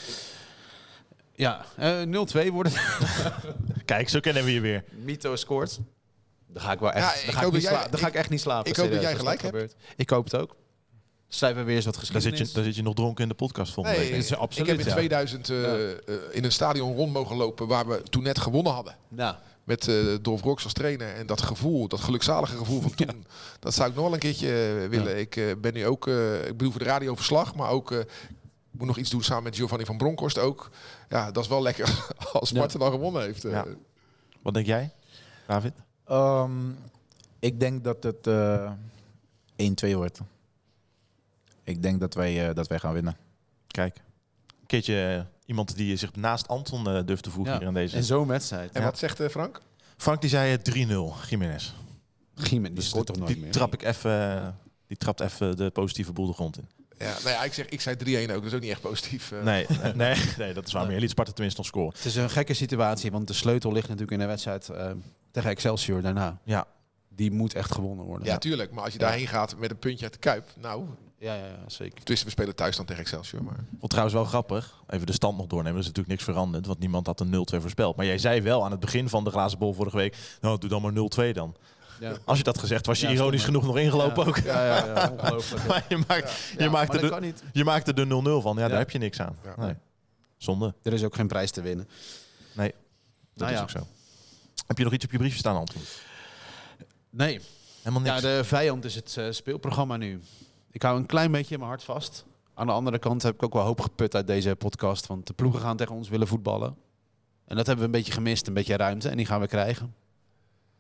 Speaker 6: Ja, uh, nul twee wordt het.
Speaker 3: Kijk, zo kennen we je weer.
Speaker 6: Mito scoort. Dan ga ik wel echt,
Speaker 5: Ja,
Speaker 6: dan
Speaker 5: ik
Speaker 6: ga ik
Speaker 5: hoop
Speaker 6: niet,
Speaker 5: dat jij-
Speaker 6: sla- dan ga ik echt niet slapen.
Speaker 5: ik hoop dat
Speaker 6: serieus,
Speaker 5: jij
Speaker 6: als
Speaker 5: gelijk
Speaker 6: gebeurt. Ik hoop het ook. Schrijven we weer eens wat
Speaker 3: Dan zit,
Speaker 6: geschiedenis.
Speaker 3: je, dan zit je nog dronken in de podcast volgende
Speaker 5: Nee,
Speaker 3: week.
Speaker 6: is absoluut,
Speaker 5: ik heb in
Speaker 6: ja.
Speaker 5: tweeduizend uh,
Speaker 6: Ja.
Speaker 5: uh, in een stadion rond mogen lopen waar we toen net gewonnen hadden.
Speaker 6: Nou,
Speaker 5: Met uh, Dolf Rox als trainer. En dat gevoel, dat gelukzalige gevoel van toen. Dat zou ik nog wel een keertje uh, willen. Ik uh, ben nu ook, uh, ik bedoel voor de radioverslag. Maar ook, uh, ik moet nog iets doen samen met Giovanni van Bronckhorst ook. Ja, dat is wel lekker als Sparta dan gewonnen heeft. Uh.
Speaker 3: Ja. Wat denk jij, David?
Speaker 4: Um, ik denk dat het uh, één-twee wordt. Ik denk dat wij, uh, dat wij gaan winnen.
Speaker 3: Kijk, een keertje uh, iemand die zich naast Anton uh, durft te voegen
Speaker 6: ja.
Speaker 3: hier aan deze.
Speaker 6: En zo'n wedstrijd.
Speaker 5: En
Speaker 3: Ja.
Speaker 5: wat zegt uh, Frank?
Speaker 3: Frank die zei uh, drie nul, Jiménez.
Speaker 6: Giemen, die scoort toch nooit
Speaker 3: die
Speaker 6: meer?
Speaker 3: trap ik even, uh, die trapt even de positieve boel de grond in.
Speaker 5: Ja, nou ja, ik, zeg, ik zei drie-een ook. Dat is ook niet echt positief. Uh.
Speaker 3: Nee, nee, nee, dat is waar. Maar je liet Sparta tenminste nog scoren.
Speaker 6: Het is een gekke situatie, want de sleutel ligt natuurlijk in de wedstrijd uh, tegen Excelsior daarna.
Speaker 3: Ja,
Speaker 6: Die moet echt gewonnen worden.
Speaker 5: Ja, tuurlijk. Maar als je daarheen gaat met een puntje uit de Kuip. Nou,
Speaker 6: ja, ja, ja, zeker.
Speaker 5: tussen we spelen thuis dan tegen Excelsior. Maar...
Speaker 3: wat trouwens wel grappig. Even de stand nog doornemen. Er is natuurlijk niks veranderd, want niemand had een nul twee voorspeld. Maar jij zei wel aan het begin van de glazen bol vorige week, nou, doe dan maar nul twee dan.
Speaker 6: Ja.
Speaker 3: Als je dat gezegd, was je
Speaker 6: Ja,
Speaker 3: ironisch
Speaker 6: stom, hè?
Speaker 3: genoeg nog ingelopen
Speaker 6: Ja.
Speaker 3: ook.
Speaker 6: Ja, ja, ja, ongelooflijk.
Speaker 3: Maar je, maakt, je,
Speaker 6: Ja,
Speaker 3: maakte
Speaker 6: maar dat
Speaker 3: de,
Speaker 6: kan niet.
Speaker 3: je maakte de nul nul van. Ja,
Speaker 6: Ja.
Speaker 3: daar heb je niks aan.
Speaker 5: Ja.
Speaker 3: Nee. Zonde.
Speaker 6: Er is ook geen prijs te winnen.
Speaker 3: Nee, dat
Speaker 6: Nou
Speaker 3: is
Speaker 6: ja.
Speaker 3: ook zo. Heb je nog iets op je briefje staan, Anton?
Speaker 6: Nee.
Speaker 3: Helemaal
Speaker 6: Ja,
Speaker 3: niks.
Speaker 6: de vijand is het uh, speelprogramma nu. Ik hou een klein beetje in mijn hart vast. Aan de andere kant heb ik ook wel hoop geput uit deze podcast. Want de ploegen gaan tegen ons willen voetballen. En dat hebben we een beetje gemist, een beetje ruimte. En die gaan we krijgen.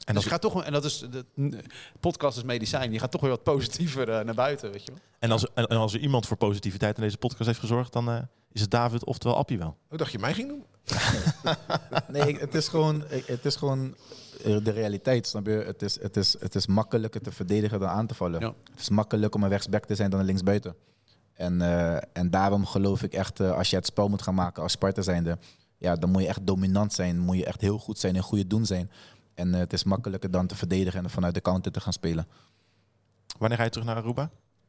Speaker 6: En, dus je gaat toch, en dat is de, de podcast is medicijn. Je gaat toch weer wat positiever uh, naar buiten, weet je wel.
Speaker 3: En als, en als er iemand voor positiviteit in deze podcast heeft gezorgd, dan uh, is het David, oftewel Appie wel.
Speaker 5: Hoe dacht je mij ging doen?
Speaker 4: Nee, ik, het is gewoon, ik, het is gewoon de realiteit, snap je? Het is, het is, het is makkelijker te verdedigen dan aan te vallen.
Speaker 6: Ja.
Speaker 4: Het is makkelijker om een rechtsback te zijn dan een linksbuiten. En, uh, en daarom geloof ik echt, uh, als je het spel moet gaan maken als Sparta zijnde, ja, dan moet je echt dominant zijn, moet je echt heel goed zijn en goede doen zijn. En uh, het is makkelijker dan te verdedigen en vanuit de counter te gaan spelen.
Speaker 3: Wanneer ga je terug naar Aruba?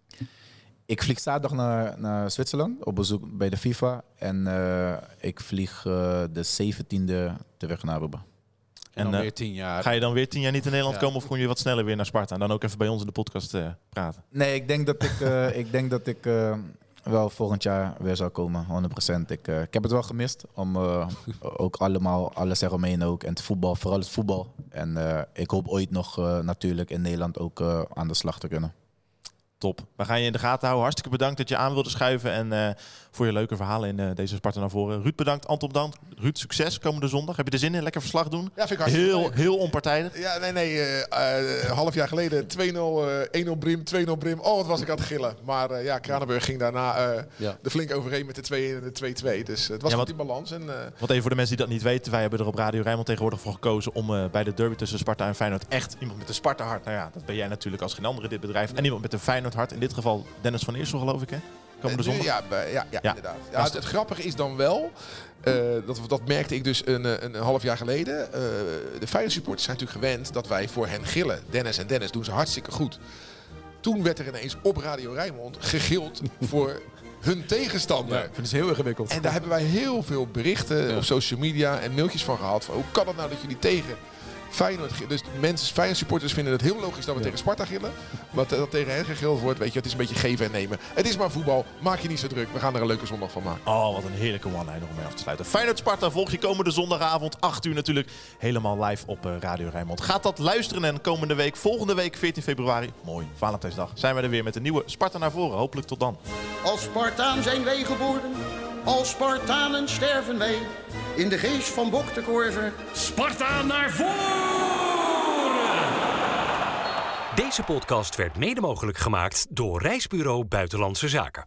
Speaker 4: Ik vlieg zaterdag naar, naar Zwitserland op bezoek bij de FIFA. En uh, ik vlieg uh, de zeventiende terug naar Aruba.
Speaker 6: En dan
Speaker 3: uh,
Speaker 6: weer tien jaar.
Speaker 3: Ga je dan weer tien jaar niet in Nederland
Speaker 6: Ja.
Speaker 3: komen of kom je wat sneller weer naar Sparta? En dan ook even bij ons in de podcast uh, praten.
Speaker 4: Nee, ik denk dat ik, uh, ik, denk dat ik uh, wel volgend jaar weer zou komen, honderd procent. Ik, uh, ik heb het wel gemist om uh, ook allemaal, alles eromheen ook. En het voetbal, vooral het voetbal. En uh, ik hoop ooit nog uh, natuurlijk in Nederland ook uh, aan de slag te kunnen.
Speaker 3: Top. We gaan je in de gaten houden. Hartstikke bedankt dat je aan wilde schuiven en uh, voor je leuke verhalen in uh, deze Sparta naar voren. Ruud bedankt, Anton bedankt. Ruud, succes komende zondag. Heb je er zin in? Lekker verslag doen?
Speaker 5: Ja, vind ik hartstikke
Speaker 3: Heel,
Speaker 5: leuk.
Speaker 3: heel onpartijdig.
Speaker 5: Ja, nee, nee. Uh, uh, half jaar geleden twee nul, uh, één nul Brim, twee nul Brim. Oh, wat was ik aan het gillen. Maar uh, ja, Kranenburg ging daarna uh,
Speaker 6: Ja.
Speaker 5: er flink overheen met de twee en de twee twee. Dus uh, het was
Speaker 3: Ja,
Speaker 5: goed
Speaker 3: wat-
Speaker 5: in balans. En, uh,
Speaker 3: Want even voor de mensen die dat niet weten. Wij hebben er op Radio Rijnmond tegenwoordig voor gekozen om uh, bij de derby tussen Sparta en Feyenoord echt iemand met een Sparta-hart. Nou ja, dat ben jij natuurlijk als geen andere in dit bedrijf. En iemand met een Feyenoord-hart. In dit geval Dennis van Eersel, geloof ik, hè? Komende
Speaker 5: en nu-
Speaker 3: zondag.
Speaker 5: Ja, bij- ja, ja,
Speaker 3: Ja.
Speaker 5: inderdaad. Ja, het, het grappige is dan wel, uh, dat, dat merkte ik dus een, een, een half jaar geleden. Uh, de Feyenoord supporters zijn natuurlijk gewend dat wij voor hen gillen. Dennis en Dennis doen ze hartstikke goed. Toen werd er ineens op Radio Rijnmond gegild voor hun tegenstander.
Speaker 6: Ja, ik vind het heel ingewikkeld.
Speaker 5: En daar hebben wij heel veel berichten
Speaker 6: Ja.
Speaker 5: op social media en mailtjes van gehad. Van, hoe kan het nou dat jullie tegen Feyenoord gillen? Dus mensen, Feyenoord supporters vinden het heel logisch dat we
Speaker 6: Ja.
Speaker 5: tegen Sparta gillen. Maar dat tegen hen gegild wordt, weet je, het is een beetje geven en nemen. Het is maar voetbal, maak je niet zo druk. We gaan er een leuke zondag van maken.
Speaker 3: Oh, wat een heerlijke one-liner om mee af te sluiten. Feyenoord Sparta volg je komende zondagavond, acht uur natuurlijk, helemaal live op uh, Radio Rijnmond. Gaat dat luisteren en komende week, volgende week, veertien februari, mooi, Valentijnsdag, zijn we er weer met een nieuwe Sparta naar voren. Hopelijk tot dan.
Speaker 8: Als Spartaan zijn wij geboren, als Spartanen sterven wij. In de geest van Bok de Korver.
Speaker 2: Sparta naar voren!
Speaker 1: Deze podcast werd mede mogelijk gemaakt door Reisbureau Buitenlandse Zaken.